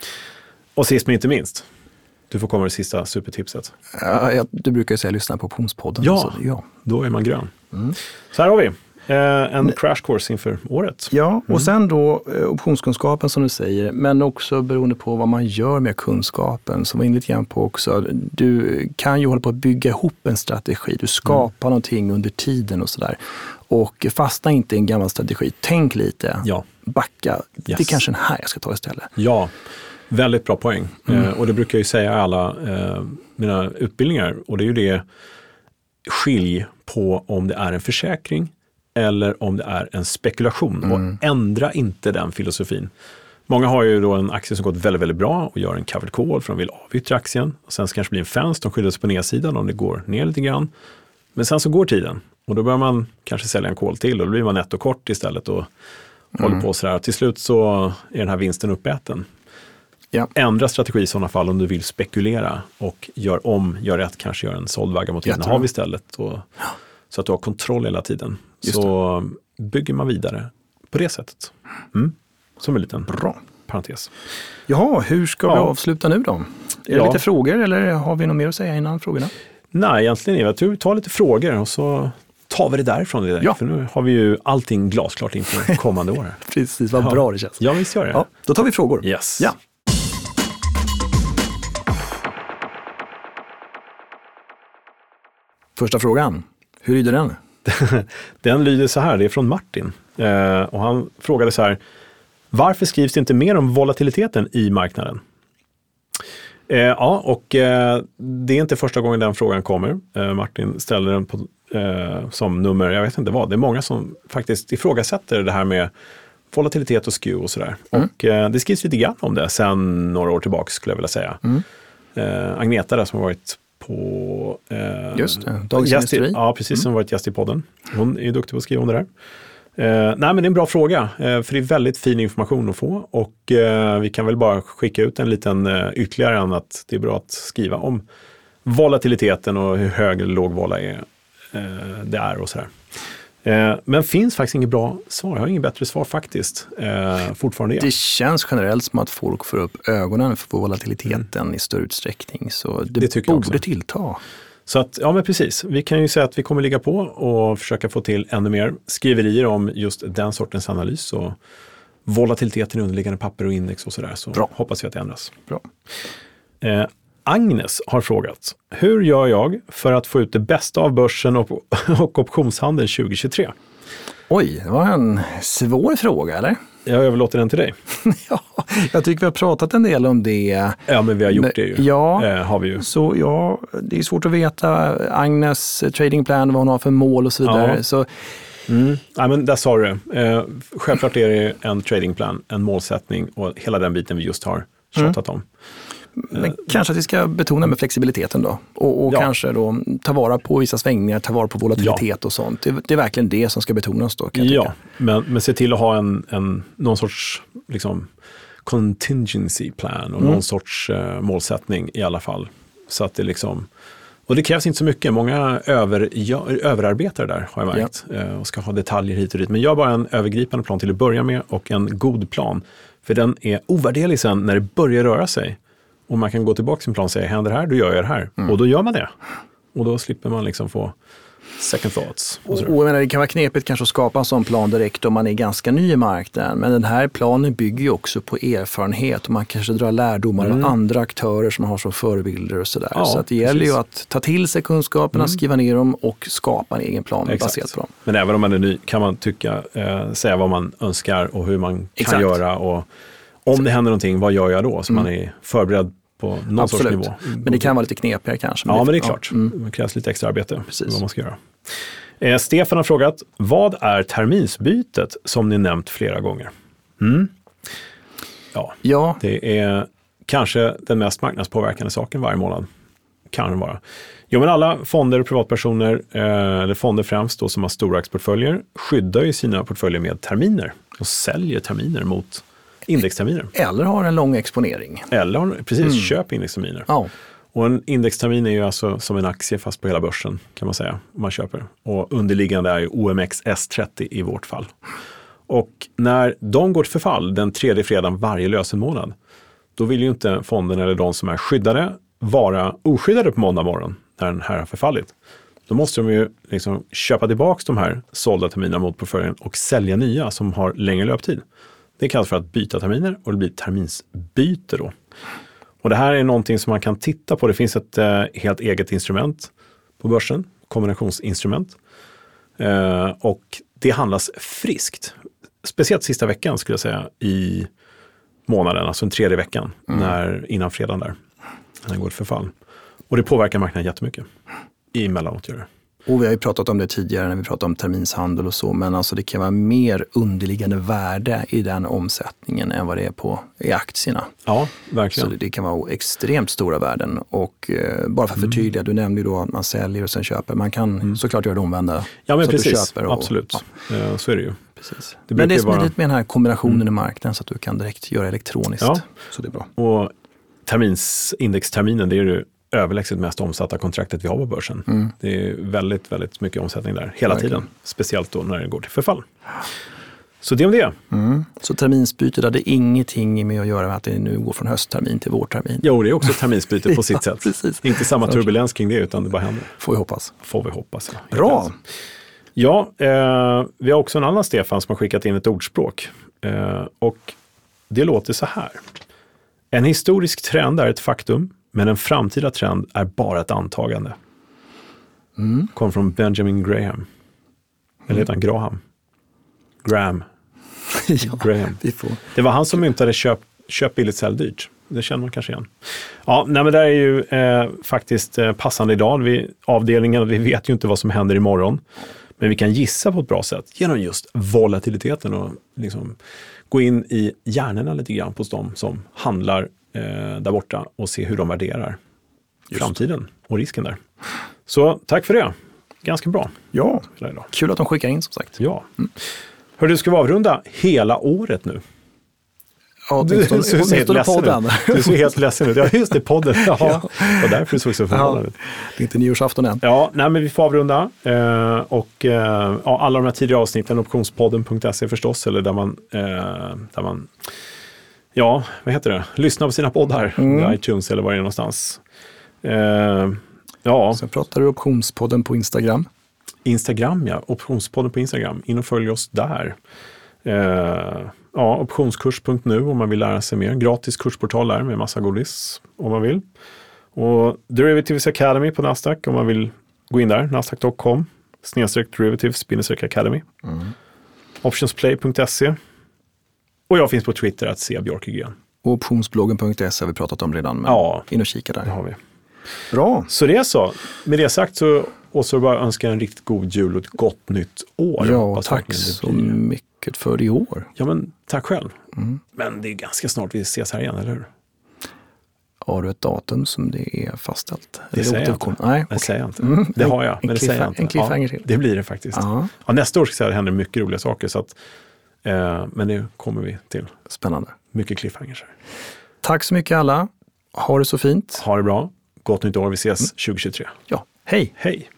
Och sist men inte minst, du får komma med det sista supertipset. Ja, du brukar ju säga lyssna på Optionspodden. Ja, då är man grön. Så här har vi en crash course inför året. Ja, och sen då optionskunskapen som du säger, men också beroende på vad man gör med kunskapen, som var inne lite grann på också. Du kan ju hålla på att bygga ihop en strategi. Du skapar någonting under tiden och sådär. Och fastna inte i en gammal strategi. Tänk lite, backa. Det är kanske den här jag ska ta istället. Ja, väldigt bra poäng. Och det brukar jag ju säga i alla mina utbildningar. Och det är ju det, skilj på om det är en försäkring eller om det är en spekulation. Och ändra inte den filosofin. Många har ju då en aktie som gått väldigt, väldigt bra och gör en covered call för de vill avyttra aktien. Och sen kanske blir en fans, de skyddar sig på nedsidan om det går ner lite grann. Men sen så går tiden och då börjar man kanske sälja en call till och då blir man nettokort istället och håller på sådär. Till slut så är den här vinsten uppäten. Ja. Ändra strategi i sådana fall om du vill spekulera och gör rätt, kanske gör en såld vagga mot innehav istället. Och, så att du har kontroll hela tiden. Så bygger man vidare på det sättet. Som en liten parentes. Jaha, hur ska vi avsluta nu då? Är det lite frågor eller har vi något mer att säga innan frågorna? Nej, egentligen jag tror vi tar lite frågor och så tar vi det därifrån direkt. Ja. För nu har vi ju allting glasklart inför kommande år. Precis, vad bra det känns. Ja, visst gör det. Ja, då tar vi frågor. Yes. Ja. Första frågan, hur lyder den? Den lyder så här, det är från Martin. Och han frågade så här: varför skrivs det inte mer om volatiliteten i marknaden? Det är inte första gången den frågan kommer. Martin ställer den på, som nummer, jag vet inte vad. Det är många som faktiskt ifrågasätter det här med volatilitet och skew och sådär. Och det skrivs lite grann om det sen några år tillbaka skulle jag vilja säga. Agneta där som har varit på just det, Dagens Industri. Ja, precis, som varit gäst i podden. Hon är ju duktig på att skriva om det där. Nej, men det är en bra fråga, för det är väldigt fin information att få och vi kan väl bara skicka ut en liten ytterligare än att det är bra att skriva om volatiliteten och hur hög eller låg vola det är och sådär. Men finns faktiskt inget bra svar. Jag har inget bättre svar faktiskt. Fortfarande. Det känns generellt som att folk får upp ögonen för volatiliteten i större utsträckning. Så det borde tillta. Så att, ja men precis. Vi kan ju säga att vi kommer ligga på och försöka få till ännu mer skriverier om just den sortens analys och volatiliteten i underliggande papper och index och sådär. Så hoppas vi att det ändras. Bra. Agnes har frågat: hur gör jag för att få ut det bästa av börsen och optionshandeln 2023? Oj, det var en svår fråga, eller? Jag överlåter den till dig. Ja, jag tycker vi har pratat en del om det. Ja, men vi har gjort det ju. Ja, har vi ju. Så ja, det är svårt att veta Agnes tradingplan, vad hon har för mål och så vidare. Ja. Så Ja, men där sa du det. Självklart är det en tradingplan, en målsättning och hela den biten vi just har tjatat om. Men kanske att vi ska betona med flexibiliteten då. Och kanske då ta vara på vissa svängningar, ta vara på volatilitet och sånt. Det är verkligen det som ska betonas då. Ja, men se till att ha någon sorts liksom, contingency plan och någon sorts målsättning i alla fall. Så att det liksom... Och det krävs inte så mycket. Många överarbetare där har jag märkt och ska ha detaljer hit och dit. Men gör bara en övergripande plan till att börja med och en god plan För den är ovärderlig sen när det börjar röra sig. Och man kan gå tillbaka sin plan och säga, händer det här, då gör jag det här. Och då gör man det. Och då slipper man liksom få second thoughts. Och jag menar, det kan vara knepigt kanske att skapa en sån plan direkt om man är ganska ny i marknaden. Men den här planen bygger ju också på erfarenhet och man kanske drar lärdomar av andra aktörer som man har som förebilder och sådär. Ja, så att det gäller ju att ta till sig kunskaperna, skriva ner dem och skapa en egen plan baserat på dem. Men även om man är ny kan man säga vad man önskar och hur man kan göra. Och om det händer någonting, vad gör jag då? Så man är förberedd på någon sorts nivå. Men det kan vara lite knepigare kanske. Ja, men det är klart. Det krävs lite extra arbete. Precis. Vad man ska göra. Stefan har frågat, vad är terminsbytet som ni nämnt flera gånger? Ja, det är kanske den mest marknadspåverkande saken varje månad. Kan det vara. Jo, men alla fonder och privatpersoner, eller fonder främst då, som har stora exportportföljer, skyddar ju sina portföljer med terminer och säljer terminer mot indexterminer. Eller har en lång exponering. Eller har, precis, köp indexterminer. Ja. Och en indextermin är ju alltså som en aktie fast på hela börsen kan man säga om man köper. Och underliggande är ju OMX S30 i vårt fall. Och när de går till förfall den tredje fredagen varje lösenmånad, då vill ju inte fonden eller de som är skyddade vara oskyddade på måndag morgon när den här har förfallit. Då måste de ju liksom köpa tillbaka de här sålda terminerna mot portföljen och sälja nya som har längre löptid. Det kallas för att byta terminer och det blir terminsbyte då. Och det här är någonting som man kan titta på. Det finns ett helt eget instrument på börsen, kombinationsinstrument. Och det handlas friskt. Speciellt sista veckan skulle jag säga i månaden, alltså den tredje veckan innan fredagen där. När det går till förfall. Och det påverkar marknaden jättemycket emellanåt gör det. Och vi har ju pratat om det tidigare när vi pratade om terminshandel och så, men alltså det kan vara mer underliggande värde i den omsättningen än vad det är i aktierna. Ja, verkligen. Så det kan vara extremt stora värden och bara för att förtydliga, du nämnde ju då att man säljer och sen köper. Man kan såklart göra det omvända. Ja, men precis. Absolut. Ja. Så är det ju. Precis. Men det är smidigt med den här kombinationen i marknaden så att du kan direkt göra elektroniskt. Ja. Så det är bra. Och indexterminen, det är ju överlägset mest omsatta kontraktet vi har på börsen. Det är väldigt, väldigt mycket omsättning där hela tiden. Speciellt då när det går till förfall. Så det om det. Så terminsbytet hade ingenting med att göra med att det nu går från hösttermin till vårtermin? Jo, det är också terminsbyte på sitt sätt. Precis. Inte samma turbulens kring det utan det bara händer. Får vi hoppas. Ja. Bra! Ja, vi har också en annan Stefan som har skickat in ett ordspråk. Och det låter så här. En historisk trend är ett faktum, men en framtida trend är bara ett antagande. Kom från Benjamin Graham. Eller heter han Graham? Graham. Graham. Det var han som myntade köp billigt, sälj dyrt. Det känner man kanske igen. Ja, nej, men det är ju faktiskt passande idag. Avdelningen, vi vet ju inte vad som händer imorgon. Men vi kan gissa på ett bra sätt genom just volatiliteten och liksom gå in i hjärnorna lite grann på dem som handlar där borta och se hur de värderar framtiden och risken där. Så tack för det. Ganska bra. Ja, kul att de skickar in som sagt. Ja. Hör du, ska vi avrunda hela året nu? Ja, du ser podden. Du ser helt ledsen ut. Ja, just det, podden. Ja. Och därför du såg så förvånad ut. Det är inte nyårsafton än. Ja, nej, men vi får avrunda. Alla de här tidigare avsnitten, optionspodden.se förstås, eller där man vad heter det? Lyssna på sina poddar. iTunes eller var det är någonstans. Sen pratar du optionspodden på Instagram. Instagram, ja. Optionspodden på Instagram. In och följ oss där. Optionskurs.nu om man vill lära sig mer. Gratis kursportal där med massa godis om man vill. Och Derivatives Academy på Nasdaq om man vill gå in där. Nasdaq.com/derivatives-academy. Optionsplay.se. Och jag finns på Twitter att se Björkegren. Och optionsbloggen.se har vi pratat om redan. Men in och kika där. Det har vi. Bra. Så det är så. Med det sagt så återstår bara önska en riktigt god jul och ett gott nytt år. Ja, tack så mycket för i år. Ja, men tack själv. Men det är ganska snart vi ses här igen, eller hur? Har du ett datum som det är fastställt? Det säger jag inte. Nej, det säger jag inte. Det har jag, men det säger jag inte. En cliffhanger till. Det blir det faktiskt. Ja, nästa år ska jag säga att det händer mycket roliga saker. Så att, men det kommer vi till. Spännande. Mycket cliffhangers här. Tack så mycket alla. Ha det så fint. Ha det bra. Gott nytt år. Vi ses 2023. Ja, hej. Hej.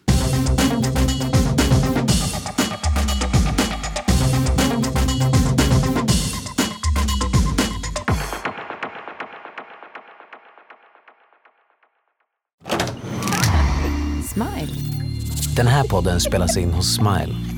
Smile. Den här podden spelas in hos Smile